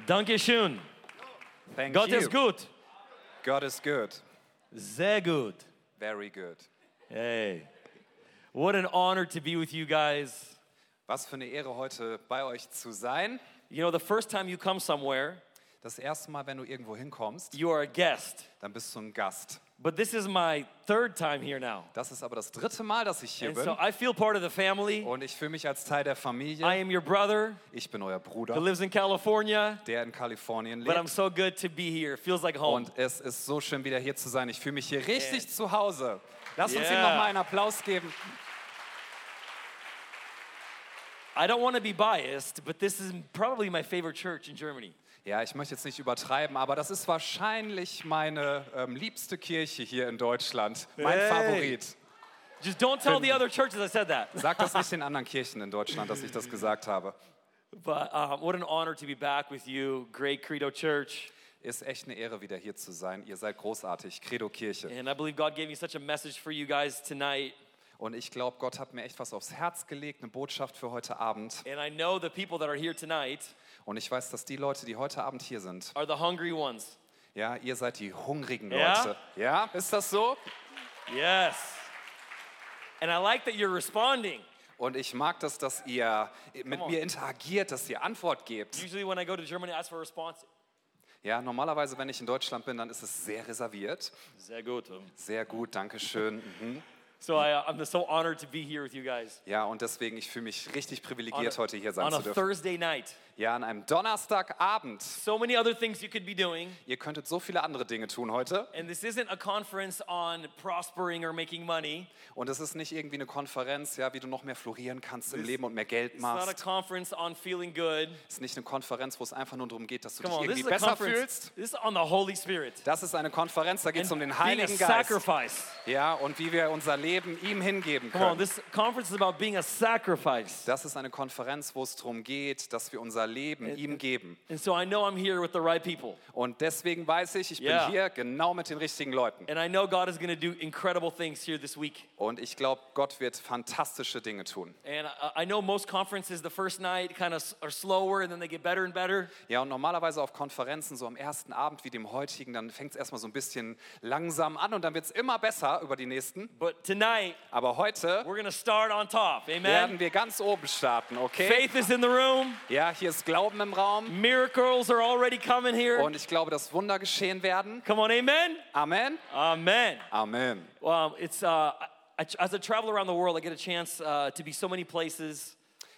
Dankeschön. Thank Gott you. ist gut. God is good. Sehr gut. Very good. Hey, what an honor to be with you guys. Was für eine Ehre, heute bei euch zu sein. You know, the first time you come somewhere, Das erste Mal, wenn du irgendwo hinkommst, you are a guest. dann bist du ein Gast. But this is my third time here now. Das ist aber das dritte Mal, dass ich hier And bin. so I feel part of the family. Und ich fühle mich als Teil der I Familie. am your brother Ich bin euer who Bruder, lives in California, der in Kalifornien but I'm lebt. so good to be here. It feels like home. Und es ist so schön, wieder hier zu sein. Ich fühle mich hier richtig zu Hause. Lass uns ihm Yeah. nochmal einen Applaus geben. I don't want to be biased, but this is probably my favorite church in Germany. Ja, ich möchte jetzt nicht übertreiben, aber das ist wahrscheinlich meine liebste Kirche hier in Deutschland. Mein Hey. Favorit. Just don't tell the other churches I said that. Sag das nicht den anderen Kirchen in Deutschland, dass ich das gesagt habe. But what an honor to be back with you, Great Credo Church. Ist echt eine Ehre, wieder hier zu sein. Ihr seid großartig, Credo Kirche. And I believe God gave me such a message for you guys tonight. Und ich glaube, Gott hat mir echt was aufs Herz gelegt, eine Botschaft für heute Abend. And I know the people that are here tonight Und ich weiß, dass die Leute, die heute Abend hier sind, are the hungry ones. ja, ihr seid die hungrigen Ja? Leute. Ja, ist das so? Yes. And I like that you're responding. Und ich mag das, dass ihr mit on. mir interagiert, dass ihr Antwort gebt. Usually when I go to Germany, I ask for a response. Ja, normalerweise, wenn ich in Deutschland bin, dann ist es sehr reserviert. Sehr gut. Sehr gut, danke schön. Mhm. So I'm so honored to be here with you guys Ja, und deswegen, ich fühle mich richtig privilegiert, on heute hier sein on a zu dürfen. Thursday night. Ja, an einem Donnerstagabend. So many other things you could be doing. Ihr könntet so viele andere Dinge tun heute. And this isn't a conference on prospering or making money. Und es ist nicht irgendwie eine Konferenz, ja, wie du noch mehr florieren kannst im Leben und mehr Geld It's not a machst. conference on feeling good. Es ist nicht eine Konferenz, wo es einfach nur darum geht, dass du Come dich on, this irgendwie is a besser conference. fühlst. This is on the Holy Spirit. Das ist eine Konferenz, da geht es um den being a Heiligen Geist. sacrifice. Ja, und wie wir unser Leben ihm hingeben Come on, können. this conference is about being a sacrifice. Das ist eine Konferenz, wo es darum geht, dass wir unser Leben ihm geben. And so I know I'm here with the right people. Und deswegen weiß ich, ich bin Yeah. hier genau mit den richtigen Leuten. And I know God is going to do incredible things here this week. Und ich glaube, Gott wird fantastische Dinge tun. And I know most conferences, the first night kind of are slower and then they get better and better. Ja, und normalerweise auf Konferenzen, so am ersten Abend wie dem heutigen, dann fängt es erstmal so ein bisschen langsam an und dann wird es immer besser über die nächsten. But tonight, Aber heute we're going to start on top. werden Amen. wir ganz oben starten, okay? Faith is in the room. Ja, hier ist Glauben im Raum Miracles are already coming here. und ich glaube, dass Wunder geschehen werden. Come on, amen. Amen. Amen. Amen. It's as I travel around the world, I get a chance to be so many places.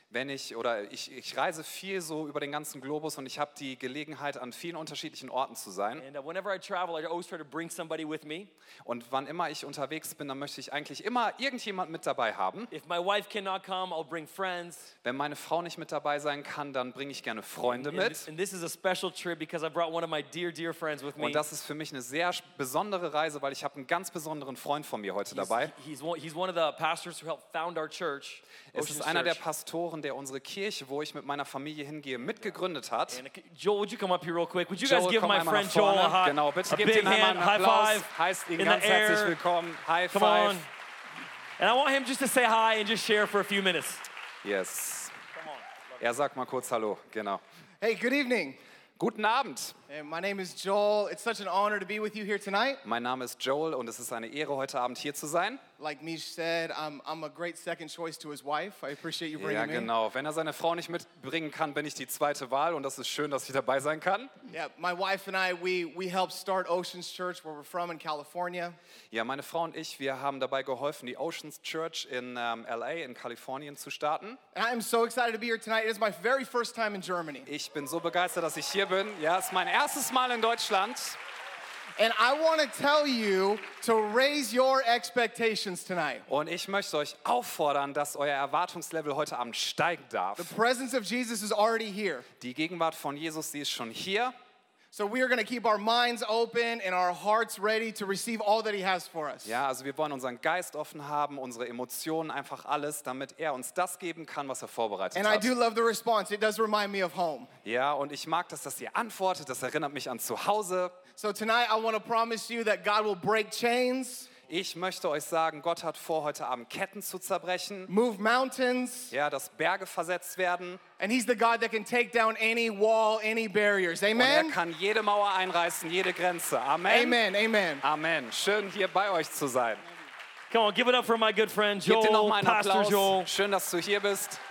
Ich reise viel so über den ganzen Globus und ich habe die Gelegenheit, an vielen unterschiedlichen Orten zu sein. And whenever I travel, I always try to bring somebody with me. Und wann immer ich unterwegs bin, dann möchte ich eigentlich immer irgendjemand mit dabei haben. If my wife cannot come, I'll bring friends. Wenn meine Frau nicht mit dabei sein kann, dann bringe ich gerne Freunde mit. And this is a special trip because I brought one of my dear friends with me. Und das ist für mich eine sehr besondere Reise, weil ich habe einen ganz besonderen Freund von mir heute dabei. He's one of the pastors who helped found our church. Es Oceans ist einer der Church. Pastoren, der unsere Kirche, wo ich mit meiner Familie hingehe, mitgegründet hat. And Joel, would you come up here real quick? Would you guys Joel, give komm my einmal friend nach Joel vorne. a high, Genau, bitte a gebt big ihm einmal hand, einen high Applaus. five Heißt ihn in ganz the herzlich air. willkommen. High Come five. on. And I want him just to say hi and just share for a few minutes. Yes. Come on. Er sagt mal kurz Hallo, genau. Hey, good evening. Guten Abend. My name is Joel. It's such an honor to be with you here tonight. Mein Name ist Joel und es ist eine Ehre, heute Abend hier zu sein. Like Mish said, I'm a great second choice to his wife. I appreciate you bringing Ja, me. genau. Wenn er seine Frau nicht mitbringen kann, bin ich die zweite Wahl und das ist schön, dass ich dabei sein kann. Yeah, my wife and I, we helped start Oceans Church, where we're from in California. Ja, meine Frau und ich, wir haben dabei geholfen, die Oceans Church in LA in Kalifornien zu starten. And I am so excited to be here tonight. It is my very first time in Germany. Ich bin so begeistert, dass ich hier bin. Ja, es ist mein erstes Mal in Deutschland. And I want to tell you to raise your expectations tonight. Und ich möchte euch auffordern, dass euer Erwartungslevel heute Abend steigen darf. The presence of Jesus is already here. Die Gegenwart von Jesus, die ist schon hier. So we are going to keep our minds open and our hearts ready to receive all that he has for us. Ja, also wir wollen unseren Geist offen haben, unsere Emotionen, einfach alles, damit er uns das geben kann, was er vorbereitet And I hat. do love the response. It does remind me of home. Ja, und ich mag das, dass ihr antwortet. Das erinnert mich an zu Hause. So tonight I want to promise you that God will break chains. Ich möchte euch sagen, Gott hat vor, heute Abend Ketten zu zerbrechen. move mountains, Ja, dass Berge versetzt werden. and He's the God that can take down any wall, any barriers. Und er Amen? kann jede Mauer einreißen, jede Grenze. Amen. Amen, amen. Amen. Schön, hier bei euch zu sein. Come on, give it up for my good friend Gebt dir noch Joel, mal einen Pastor Applaus. Joel. Schön, dass du hier bist.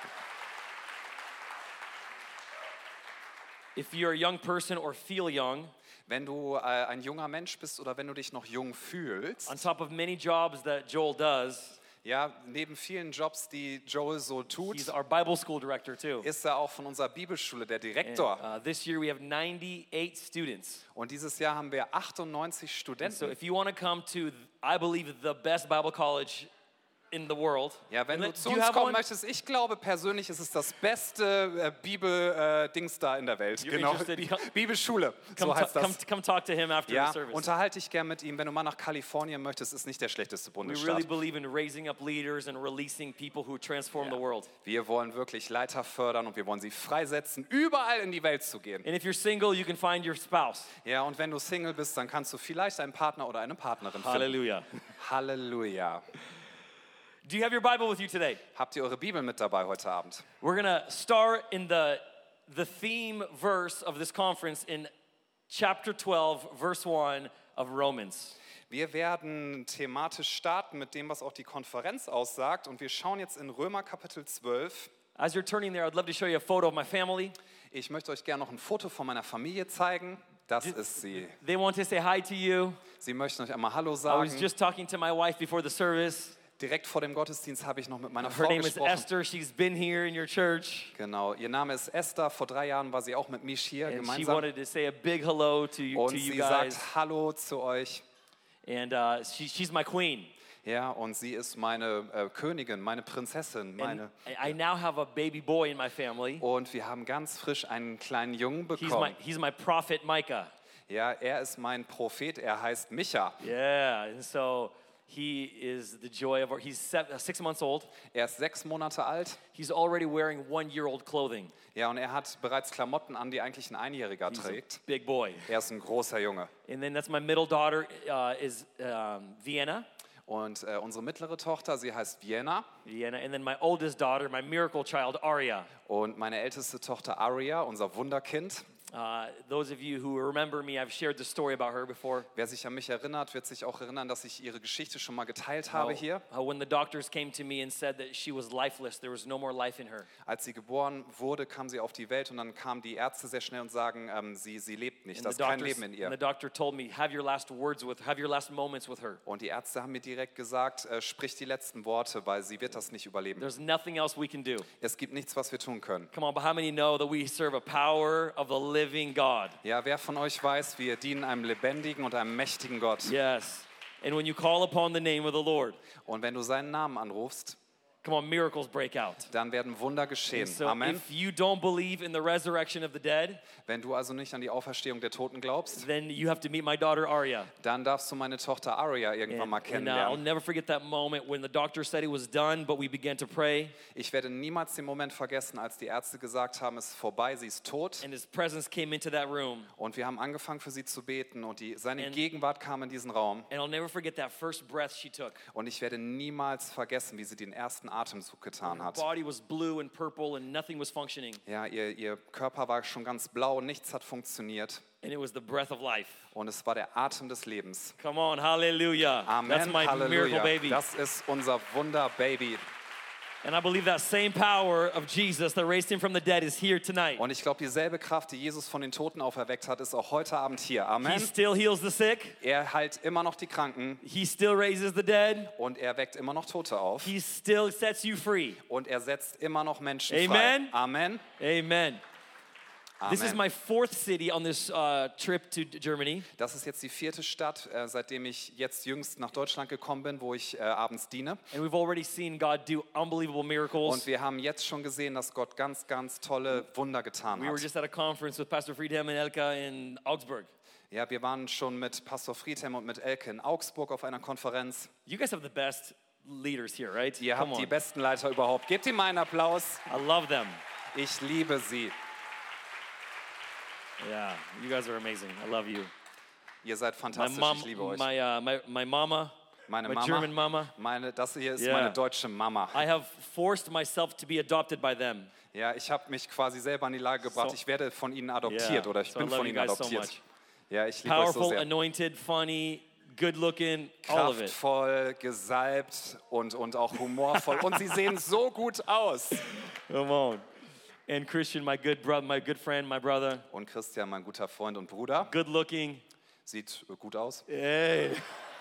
If you're a young person or feel young, Wenn du ein junger Mensch bist oder wenn du dich noch jung fühlst, on top of many jobs that Joel does, ja, neben vielen Jobs, die Joel so tut, he's our Bible school director too. ist er auch von unserer Bibelschule der And, Direktor. this year we have 98 students. Und dieses Jahr haben wir 98 So Studenten. if you want to come to, I believe, the best Bible college in the world. Ja, wenn du do zu you uns have kommen one? möchtest, ich glaube persönlich, ist es das beste Bibel-Dings da in der Welt. You're Genau, interested? Bibelschule, Come, so heißt das. come talk to him after Ja, the service. unterhalte dich gern mit ihm. Wenn du mal nach Kalifornien möchtest, ist nicht der schlechteste We really Bundesstaat. believe in raising up leaders and releasing people who transform the world. Wir wollen wirklich Leiter fördern und wir wollen sie freisetzen, überall in die Welt zu gehen. And if you're single, you can find your spouse. Ja, und wenn du Single bist, dann kannst du vielleicht einen Partner oder eine Partnerin finden. Hallelujah. Halleluja. Do you have your Bible with you today? Habt ihr eure Bibel mit dabei heute Abend? We're going to start in the theme verse of this conference in chapter 12, verse 1 of Romans. Wir werden thematisch starten mit dem, was auch die Konferenz aussagt. Und wir schauen jetzt in Römer Kapitel 12. As you're turning there, I'd love to show you a photo of my family. Ich möchte euch gerne noch ein Foto von meiner Familie zeigen. Das ist sie. They want to say hi to you. Sie möchten euch einmal Hallo I was sagen. just talking to my wife before the service. Direkt vor dem Gottesdienst habe ich noch mit meiner Her Frau name is gesprochen. Esther. She's been here in your church. Genau, ihr Name ist Esther. Vor 3 Jahren war sie auch mit mich hier And she gemeinsam. wanted to say a big hello to you, Und sie guys. sagt Hallo zu euch. And she's my queen. Ja, und sie ist meine Königin, meine Prinzessin, meine. And I now have a baby boy in my family. Und wir haben ganz frisch einen kleinen Jungen bekommen. He's my prophet Micah. Ja, er ist mein Prophet, er heißt Micha. Yeah, and so he is the joy of our, he's 6 months old. Er ist 6 Monate alt. He's already wearing 1-year-old clothing. Ja, und er hat bereits Klamotten an, die eigentlich ein Einjähriger He's a trägt. big boy. Er ist ein großer Junge. And then that's my middle daughter is Vienna. Und unsere mittlere Tochter, sie heißt Vienna. And then my oldest daughter, my miracle child, Aria. Und meine älteste Tochter Aria, unser Wunderkind. Those of you who remember me, I've shared the story about her before. Wer sich an mich erinnert, wird sich auch erinnern, dass ich ihre Geschichte schon mal geteilt habe hier. How when the doctors came to me and said that she was lifeless, there was no more life in her. Als sie geboren wurde, kam sie auf die Welt und dann kamen die Ärzte sehr schnell und sagen, sie lebt nicht, da ist kein Leben in And ihr. the doctor told me, have your last moments with her. Und die Ärzte haben mir direkt gesagt, sprich die letzten Worte, weil sie wird das nicht überleben. There's nothing else we can do. Es gibt nichts, was wir tun können. Come on, but how many know that we serve a power of the living God? Ja, wer von euch weiß, wir dienen einem lebendigen und einem mächtigen Gott. Yes. And when you call upon the name of the Lord, Und wenn du seinen Namen anrufst, come on, miracles break out. dann werden Wunder geschehen. So Amen. if you don't believe in the resurrection of the dead, Wenn du also nicht an die Auferstehung der Toten glaubst, then you have to meet my daughter Aria. dann darfst du meine Tochter Aria irgendwann mal And I'll kennenlernen. never forget that moment when the doctor said it was done, but we began to pray, Ich werde niemals den Moment vergessen, als die Ärzte gesagt haben, es ist vorbei, sie ist tot. and his presence came into that room. Und wir haben angefangen für sie zu beten und seine And- Gegenwart kam in diesen Raum. And I'll never forget that first breath she took. Und ich werde niemals vergessen, wie sie den ersten Atemzug getan Her hat. body was blue and purple and nothing was functioning. Ja, ihr Körper war schon ganz blau, nichts hat funktioniert. And it was the breath of life. Und es war der Atem des Lebens. Come on, hallelujah. Amen, That's my miracle Halleluja. baby. Das ist unser Wunderbaby. And I believe that same power of Jesus that raised him from the dead is here tonight. Und ich glaube, dieselbe Kraft, die Jesus von den Toten auferweckt hat, ist auch heute Abend hier. He Amen. still heals the sick. Er heilt immer noch die Kranken He still raises the dead. und er weckt immer noch Tote auf. He still sets you free. Und er setzt immer noch Menschen Amen. frei. Amen. Amen. This is Amen. my 4th city on this trip to Germany. Das ist jetzt die 4. Stadt, seitdem ich jetzt jüngst nach Deutschland gekommen bin, wo ich abends diene. And we've already seen God do unbelievable miracles. Und wir haben jetzt schon gesehen, dass Gott ganz, ganz tolle Wunder getan We were hat. just at a conference with Pastor Friedhelm and Elka in Augsburg. Ja, wir waren schon mit Pastor Friedhelm und mit Elke in Augsburg auf einer Konferenz. You guys have the best leaders here, right? Ihr Come habt die on. besten Leiter überhaupt. Gebt ihm einen Applaus. I love them. Ich liebe sie. Yeah, you guys are amazing. I love you. Ihr seid My fantastisch. mom, Ich liebe euch. my mama, Meine my Mama, German mama. das hier ist Yeah. meine deutsche Mama. I have forced myself to be adopted by them. Ja, ich habe mich quasi selber in die Lage gebracht, So- ich werde von ihnen adoptiert Yeah. oder ich So I bin love von you ihnen guys so adoptiert. much. Ja, ich liebe euch so Powerful, sehr. anointed, funny, good looking, all of it. Kraftvoll, gesalbt und auch humorvoll. Und sie sehen so gut aus. Come on. And Christian, my good brother, my good friend, my brother, Und Christian, mein guter Freund und Bruder, good looking. sieht gut aus. Hey.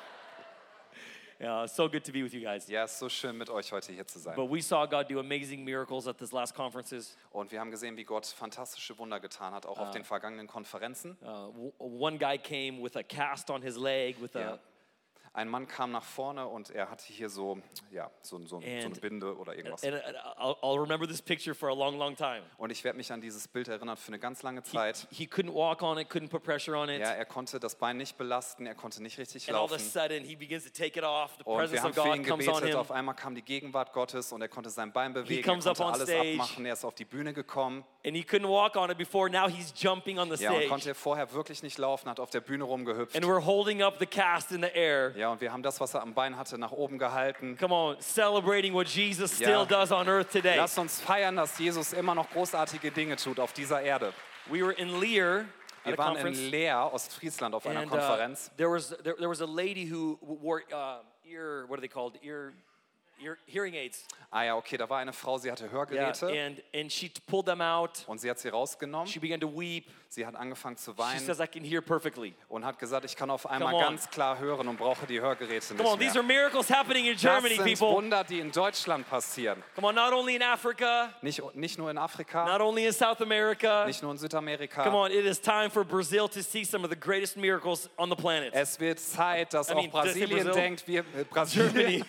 Yeah, so good to be with you guys. Ja, es ist so schön, mit euch heute hier zu sein. But we saw God do amazing miracles at this last conferences. Und wir haben gesehen, wie Gott fantastische Wunder getan hat, auch auf den vergangenen Konferenzen. One guy came with a cast on his leg with Ja. a Ein Mann kam nach vorne und er hatte hier so eine Binde oder irgendwas. and I'll remember this picture for a long, long time. Und ich werde mich an dieses Bild erinnern für eine ganz lange Zeit. He couldn't walk on it, couldn't put pressure on it. Ja, er konnte das Bein nicht belasten, er konnte nicht richtig And all of a laufen. sudden, he begins to take it off. The Und wir presence haben of für God ihn comes on gebetet, him. auf einmal kam die Gegenwart Gottes und er konnte sein Bein bewegen, er comes up konnte on alles stage. abmachen, er ist auf die Bühne gekommen. And he couldn't walk on it before. Now he's jumping on the Ja, und stage. konnte vorher wirklich nicht laufen, hat auf der Bühne rumgehüpft. And we're holding up the cast in the air. Ja, und wir haben das, was er am Bein hatte, nach oben gehalten. Come on, celebrating what Jesus Ja. still does on earth today. Lasst uns feiern, dass Jesus immer noch großartige Dinge tut auf dieser Erde. We were in Lear at a Wir waren conference. in Leer, Ostfriesland, auf einer And Konferenz. there was a lady who wore what are they called? Hearing aids. Ah ja, okay, da war eine Frau, sie hatte Yeah, Hörgeräte and she pulled them out. und sie hat sie rausgenommen. She began to weep. Sie hat angefangen zu She weinen says, I can hear perfectly. und hat gesagt, ich kann auf einmal Come on. ganz klar hören und brauche die Hörgeräte Come on, nicht these are mehr. miracles happening in Das Germany, sind people. Wunder, die in Deutschland passieren. Come on, not only in Africa, Nicht nur in Afrika, not only in South America. nicht nur in Come Südamerika. on, it is time for Brazil to see some of the greatest miracles on the planet. Es wird Zeit, dass I mean, auch Brasilien Brazil? denkt, Brasilien. Germany.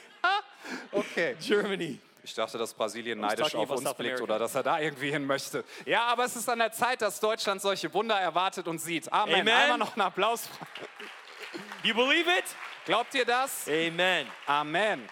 Okay. Germany. Ich dachte, dass Brasilien was neidisch talking auf about uns South blickt America. oder dass er da irgendwie hin möchte. Ja, aber es ist an der Zeit, dass Deutschland solche Wunder erwartet und sieht. Amen. Amen. Einmal noch einen Applaus. You believe it? Glaubt ihr das? Amen. Amen.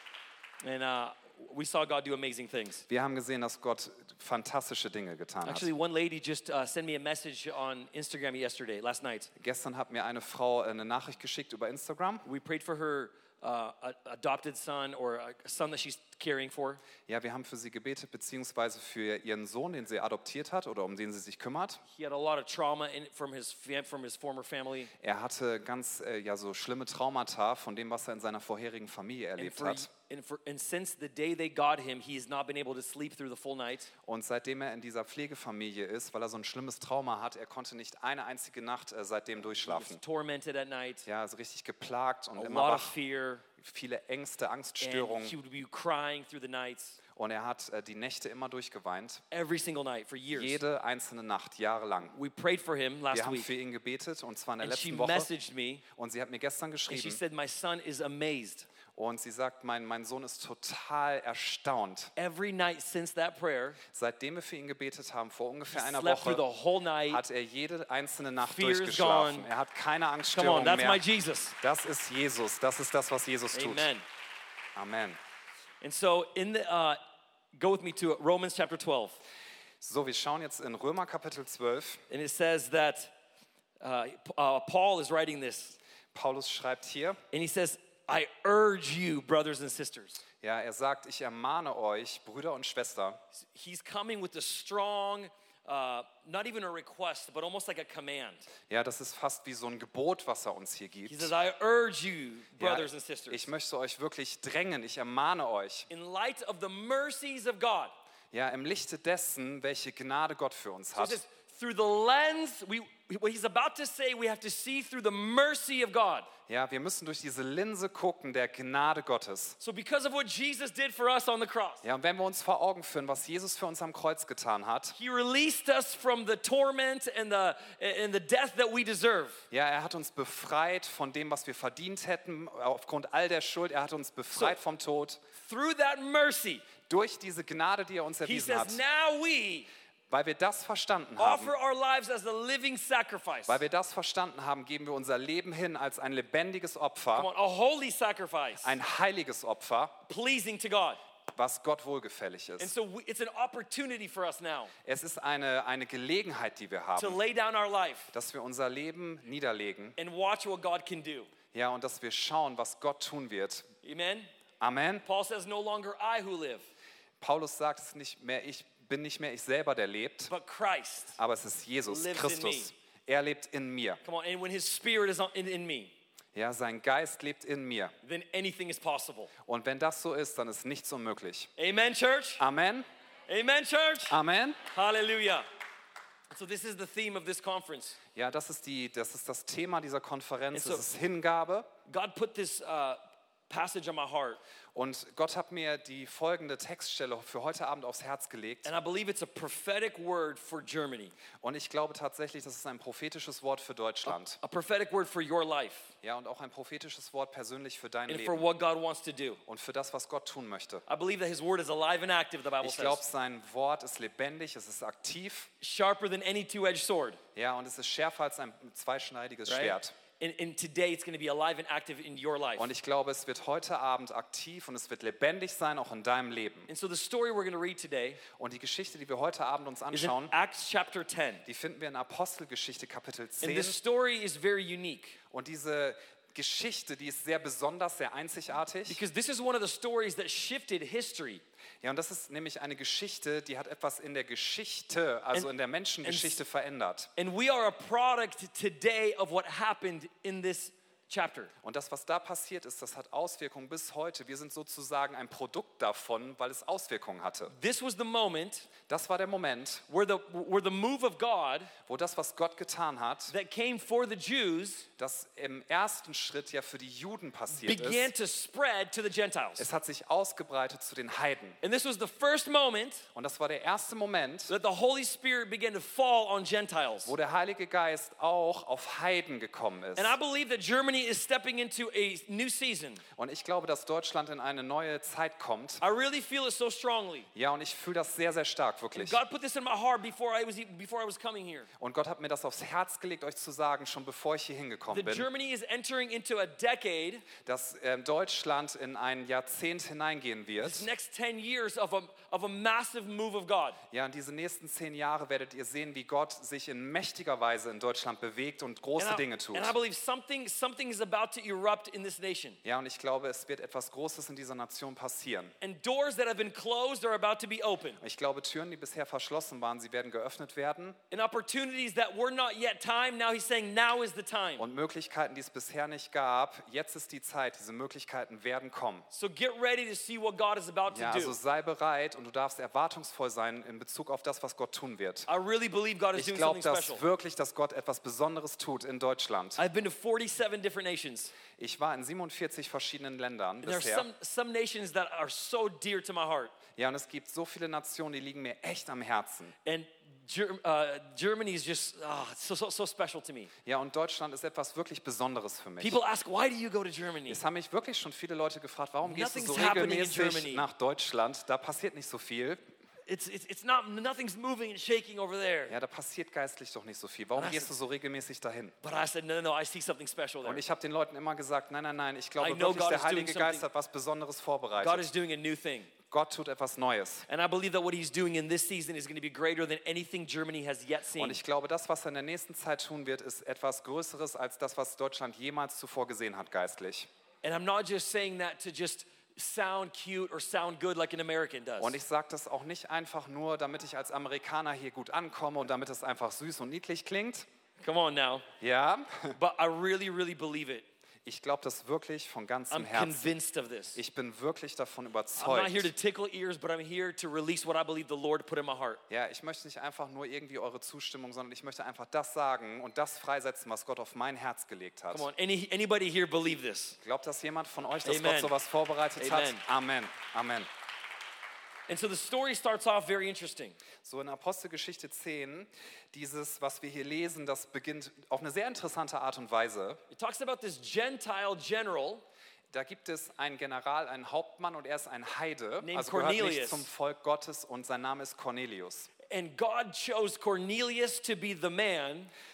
And we saw God do amazing things. Wir haben gesehen, dass Gott fantastische Dinge getan hat. Actually, one lady just sent me a message on Instagram last night. Gestern hat mir eine Frau eine Nachricht geschickt über Instagram. We prayed for her adopted son or a son that she's caring for. Ja, wir haben für sie gebetet, beziehungsweise für ihren Sohn, den sie adoptiert hat oder um den sie sich kümmert. He had a lot of trauma from his former family. Er hatte ganz so schlimme Traumata von dem, was er in seiner vorherigen Familie erlebt hat. And since the day they got him, he has not been able to sleep through the full night. Und seitdem er in dieser Pflegefamilie ist, weil er so ein schlimmes Trauma hat, er konnte nicht eine einzige Nacht seitdem He durchschlafen. was tormented at night, Ja, also richtig geplagt und a immer lot of wach, fear, viele Ängste, and Angststörungen. he would be crying through the nights, Und er hat die Nächte immer durchgeweint, every single night for years. jede einzelne Nacht, jahrelang. We prayed for him Wir last haben week, für ihn gebetet und zwar in der and she letzten Woche. messaged me, Und sie hat mir gestern and she geschrieben said, my son is amazed. und sie sagt, mein Sohn ist total erstaunt. Every night since that prayer, Seitdem wir für ihn gebetet haben, vor he ungefähr einer slept through Woche, the whole night. hat er jede einzelne Nacht Fear is durchgeschlafen. gone. Er hat keine Come on, Angststörungen that's my mehr. Jesus. Das ist Jesus. Das ist das, was Jesus tut. Amen. Amen. And so go with me to Romans chapter 12. So, wir schauen jetzt in Römer Kapitel 12. And it says that Paul is writing this. Paulus schreibt hier, And he says, I urge you, brothers and sisters. ja, er sagt, ich ermahne euch, Brüder und Schwestern. He's coming with a strong, not even a request, but almost like a command. Ja, das ist fast wie so ein Gebot, was er uns hier He gibt. says, I urge you, Ja, brothers and sisters, ich möchte euch wirklich drängen, ich ermahne euch. in light of the mercies of God. Ja, im Lichte dessen, welche Gnade Gott für uns So he hat. says, through the lens, what he's about to say, we have to see through the mercy of God. Ja, wir müssen durch diese Linse gucken, der Gnade Gottes. So because of what Jesus did for us on the cross, Ja, und wenn wir uns vor Augen führen, was Jesus für uns am Kreuz getan hat, he released us from the torment and the death that we deserve. ja, er hat uns befreit von dem, was wir verdient hätten, aufgrund all der Schuld. Er hat uns befreit vom Tod. Through that mercy, Durch diese Gnade, die er uns he erwiesen hat. says, now we Weil wir das verstanden haben, offer our lives as a living sacrifice. weil wir das verstanden haben, geben wir unser Leben hin als ein lebendiges Come Opfer, on, a holy sacrifice, ein heiliges Opfer, pleasing to God. was Gott wohlgefällig And ist. so it's an opportunity for us now Es ist eine Gelegenheit, die wir to haben, lay down our life dass wir unser Leben niederlegen, and watch what God can do. Ja, und dass wir schauen, was Gott tun wird. Amen. Amen. Paul says, no longer I who live, Paulus sagt es nicht mehr, ich bin nicht mehr ich selber, der lebt, but Christ aber es ist Jesus lives in Christus. Er lebt in mir. Come on, and when his spirit is in me, Ja, sein Geist lebt in mir. then anything is possible. Und wenn das so ist, dann ist nichts unmöglich. Amen, church? Amen. Amen, church? Amen. Hallelujah. So this is the theme of this conference. Ja, das ist das Thema dieser Konferenz. And so- Es ist Hingabe. God put this passage on my heart, Und Gott hat mir die folgende Textstelle für heute Abend aufs Herz gelegt. and I believe it's a prophetic word for Germany, Und ich glaube tatsächlich, das ist ein prophetisches Wort für Deutschland. a prophetic word for your life, Ja, und auch ein prophetisches Wort persönlich für dein and for Leben what God wants to do. und für das, was Gott tun möchte. I believe that his word is alive and active, the Bible Ich glaube, says. sein Wort ist lebendig, es ist aktiv. Sharper than any two-edged sword, Ja, und es ist schärfer als ein zweischneidiges right? Schwert. And today it's going to be alive and active in your life. Und ich glaube, es wird heute Abend aktiv und es wird lebendig sein, auch in deinem Leben. And so the story we're going to read today Und die Geschichte, die wir heute Abend uns is in anschauen, Acts chapter 10. die finden wir in Apostelgeschichte Kapitel And 10. this story is very unique Und diese Geschichte, die ist sehr besonders, sehr einzigartig. because this is one of the stories that shifted history. Ja, und das ist nämlich eine Geschichte, die hat etwas in der Geschichte, also in der Menschengeschichte verändert. And we are a product today of what happened in this chapter. Und das, was da passiert ist, das hat Auswirkungen bis heute. Wir sind sozusagen ein Produkt davon, weil es Auswirkungen hatte. This was the moment Das war der Moment, where the move of God wo das, was Gott getan hat, that came for the Jews das im ersten Schritt ja für die Juden passiert began ist. to spread to the Gentiles. Es hat sich ausgebreitet zu den Heiden. And this was the first moment Und das war der erste Moment, that the Holy Spirit began to fall on Gentiles. wo der Heilige Geist auch auf Heiden gekommen ist. And I believe that Germany is stepping into a new season. Und ich glaube, dass Deutschland in eine neue Zeit kommt. I really feel it so strongly. Ja, und ich fühle das sehr, sehr stark, wirklich. God put this in my heart before I was coming here. Und Gott hat mir das aufs Herz gelegt, euch zu sagen, schon bevor ich hier hingekommen That bin, Germany is entering into a decade, dass Deutschland in ein Jahrzehnt hineingehen this wird. next 10 years of a massive move of God. Ja, und diese nächsten 10 Jahre werdet ihr sehen, wie Gott sich in mächtiger Weise in Deutschland bewegt und große Dinge tut. And I believe something is about to erupt in this nation. Ja, und ich glaube, es wird etwas Großes in dieser Nation passieren. And doors that have been closed are about to be open. Ich glaube, Türen, die bisher verschlossen waren, sie werden geöffnet werden. And opportunities that were not yet time, now he's saying now is the time. Und Möglichkeiten, die es bisher nicht gab, jetzt ist die Zeit, diese Möglichkeiten werden kommen. So get ready to see what God is about to Ja, also do. sei bereit und du darfst erwartungsvoll sein in Bezug auf das, was Gott tun wird. I really believe God is Ich doing glaube something special. das wirklich, dass Gott etwas Besonderes tut in Deutschland. I've been to 47 different nations. Ich war in 47 verschiedenen Ländern And there are bisher. some nations that are so dear to my heart. Ja, und es gibt so viele Nationen, die liegen mir echt am Herzen. And Germany is just so special to me. Ja, und Deutschland ist etwas wirklich Besonderes für mich. People ask, why do you go to Germany? Es haben mich wirklich schon viele Leute gefragt, warum gehst du so Nothing's happening in Germany. regelmäßig nach Deutschland? Da passiert nicht so viel. Nothing's moving and shaking over there. Ja, da passiert geistlich doch nicht so viel. Warum gehst du so regelmäßig dahin? But I said, no, I see something special there. Und ich habe den Leuten immer gesagt, nein, ich glaube I know wirklich, God der is doing Heilige Geist something. hat was Besonderes God vorbereitet. is doing a new thing. Gott tut etwas Neues. And I believe that what he's doing in this season is going to be greater than anything Germany has yet Und seen. ich glaube, das, was er in der nächsten Zeit tun wird, ist etwas Größeres als das, was Deutschland jemals zuvor gesehen hat, geistlich. And I'm not just saying that to just sound cute or sound good like an American does. Und ich sage das auch nicht einfach nur, damit ich als Amerikaner hier gut ankomme und damit es einfach süß und niedlich klingt. Come on now. Ja, But I really believe it. ich glaube das wirklich von ganzem I'm Herzen. convinced of this. Ich bin wirklich davon I'm not here to überzeugt. tickle ears, but I'm here to release what I believe the Lord put in my heart. Ja, ich möchte nicht einfach nur irgendwie eure Zustimmung, sondern ich möchte einfach das sagen und das freisetzen, was Gott auf mein Herz gelegt hat. Come on, anybody here believe this? Glaubt das jemand von euch, dass Amen. Gott sowas vorbereitet hat? Amen. Amen. Amen. And so the story starts off very interesting. So in Apostelgeschichte 10, dieses, was wir hier lesen, das beginnt auf eine sehr interessante Art und Weise. It talks about this Gentile general Da gibt es einen General, einen Hauptmann und er ist ein Heide, Named also gehört nicht Cornelius. zum Volk Gottes und sein Name ist Cornelius. and God chose Cornelius to be the man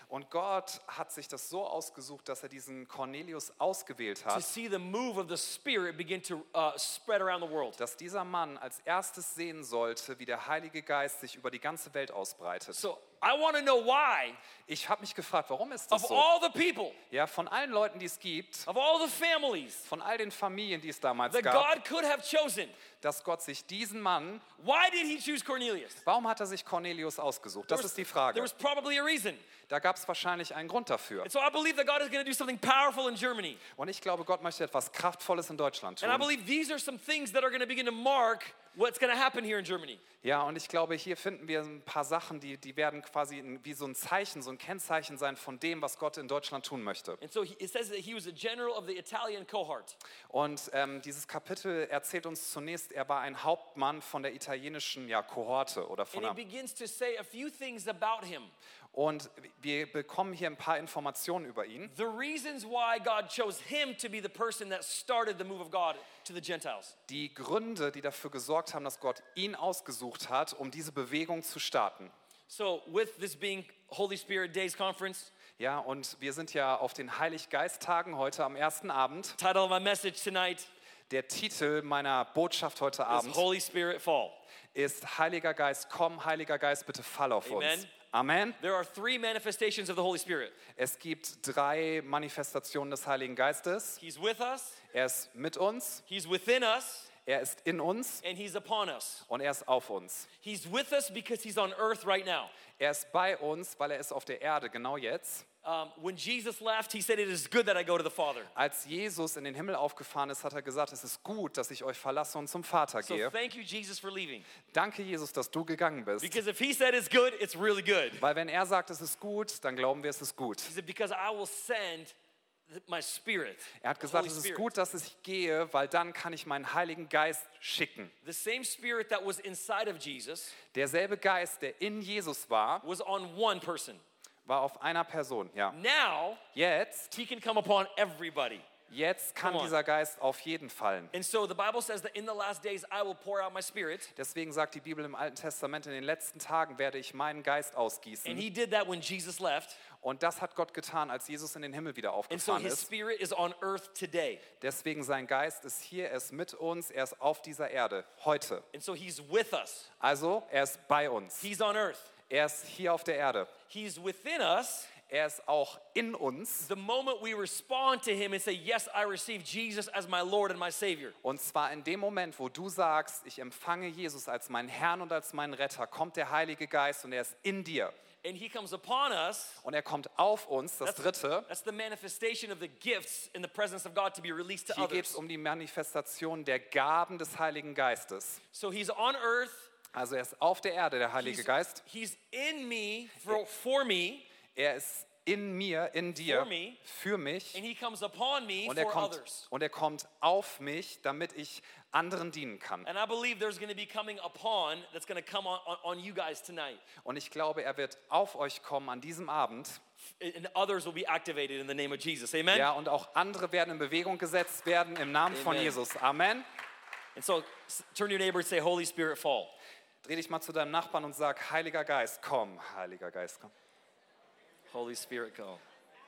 Und Gott hat sich das so ausgesucht, dass er diesen Cornelius ausgewählt to hat, see the move of the Spirit begin to spread around the world. dass dieser Mann als erstes sehen sollte, wie der Heilige Geist sich über die ganze Welt ausbreitet. So I want to know why, Ich habe mich gefragt, warum ist das of so? all the people, Ja, von allen Leuten, die es gibt, of all the families von all den Familien, die es damals that gab, God could have chosen, dass Gott sich diesen Mann, why did he choose Cornelius? warum hat er sich Cornelius ausgesucht? Das ist die There Frage. was probably a reason. Da gab es wahrscheinlich einen Grund dafür. And so I believe that God is going to do something powerful in Germany. Und ich glaube, Gott möchte etwas Kraftvolles in Deutschland And I tun. believe these are some things that are going to begin to mark what's going to happen here in Germany. Ja, und ich glaube, hier finden wir ein paar Sachen, die werden quasi wie so ein Zeichen, so ein Kennzeichen sein von dem, was Gott in Deutschland tun möchte. And so it says that he was a general of the Italian cohort. Und dieses Kapitel erzählt uns zunächst, er war ein Hauptmann von der italienischen Kohorte oder von And he der, begins to say a few things about him. und wir bekommen hier ein paar Informationen über ihn. The reasons why God chose him to be the person that started the move of God to the Gentiles. Die Gründe, die dafür gesorgt haben, dass Gott ihn ausgesucht hat, um diese Bewegung zu starten. So with this being Holy Spirit Days Conference, Ja, und wir sind ja auf den Heiliggeisttagen heute am ersten Abend. title of my message tonight Der Titel meiner Botschaft heute is Abend Holy Spirit Fall. ist Heiliger Geist, komm, Heiliger Geist, bitte fall auf uns. Amen. Amen. There are three manifestations of the Holy Spirit. Es gibt 3 Manifestationen des Heiligen Geistes. He's with us, Er ist mit uns, he's within us, er ist in uns and he's upon us. und er ist auf uns. He's with us because he's on earth right now. Er ist bei uns, weil er ist auf der Erde, genau jetzt. When Jesus left, he said, "It is good that I go to the Father." Als Jesus in den Himmel aufgefahren ist, hat er gesagt, es ist gut, dass ich euch verlasse und zum Vater So gehe. thank you, Jesus, for leaving. Danke, Jesus, dass du gegangen bist. Because if he said it's good, it's really good. Weil wenn er sagt, es ist gut, dann glauben wir, es ist gut. He said, because I will send my spirit. Er hat the gesagt, Holy es ist Spirit. gut, dass ich gehe, weil dann kann ich meinen Heiligen Geist schicken. The same spirit that was inside of Jesus Derselbe Geist, der in Jesus war, was on one person. war auf einer Person. Ja. Now, Jetzt he can come upon everybody. kann Come on. dieser Geist auf jeden fallen. And so the Bible says that in the last days I will pour out my spirit. Deswegen sagt die Bibel im Alten Testament, in den letzten Tagen werde ich meinen Geist And ausgießen. he did that when Jesus left. Und das hat Gott getan, als Jesus in den Himmel wieder And so aufgefahren his ist. spirit is on earth today. Deswegen sein Geist ist hier, er ist mit uns, er ist auf dieser Erde, heute. And so he's with us. Also, er ist bei uns. He's on earth. Er ist hier auf der Erde. He's within us. Er ist auch in uns. The moment we respond to him and say, yes, I receive Jesus as my Lord and my Savior. Und zwar in dem Moment, wo du sagst, ich empfange Jesus als meinen Herrn und als meinen Retter, kommt der Heilige Geist und er ist in dir. And he comes upon us. Und er kommt auf uns, das Dritte. That's the manifestation of the gifts in the presence of God to be released to Hier geht es others. um die Manifestation der Gaben des Heiligen Geistes. So he's on earth. Also er ist auf der Erde, der Heilige Geist. He's in me for me, Er ist in mir, in dir, For me. für mich. and he comes upon me Und er for kommt, others. und er kommt auf mich, damit ich anderen dienen kann. And I believe there's going to be coming upon that's going to come on you guys tonight. Und ich glaube, er wird auf euch kommen an diesem Abend. And others will be activated in the name of Jesus. Amen? Ja, und auch andere werden in Bewegung gesetzt werden im Namen von Amen. Jesus. Amen. And so turn to your neighbor and say, Holy Spirit, fall. Dreh dich mal zu deinem Nachbarn und sag, Heiliger Geist, komm. Heiliger Geist, komm. Holy Spirit, go.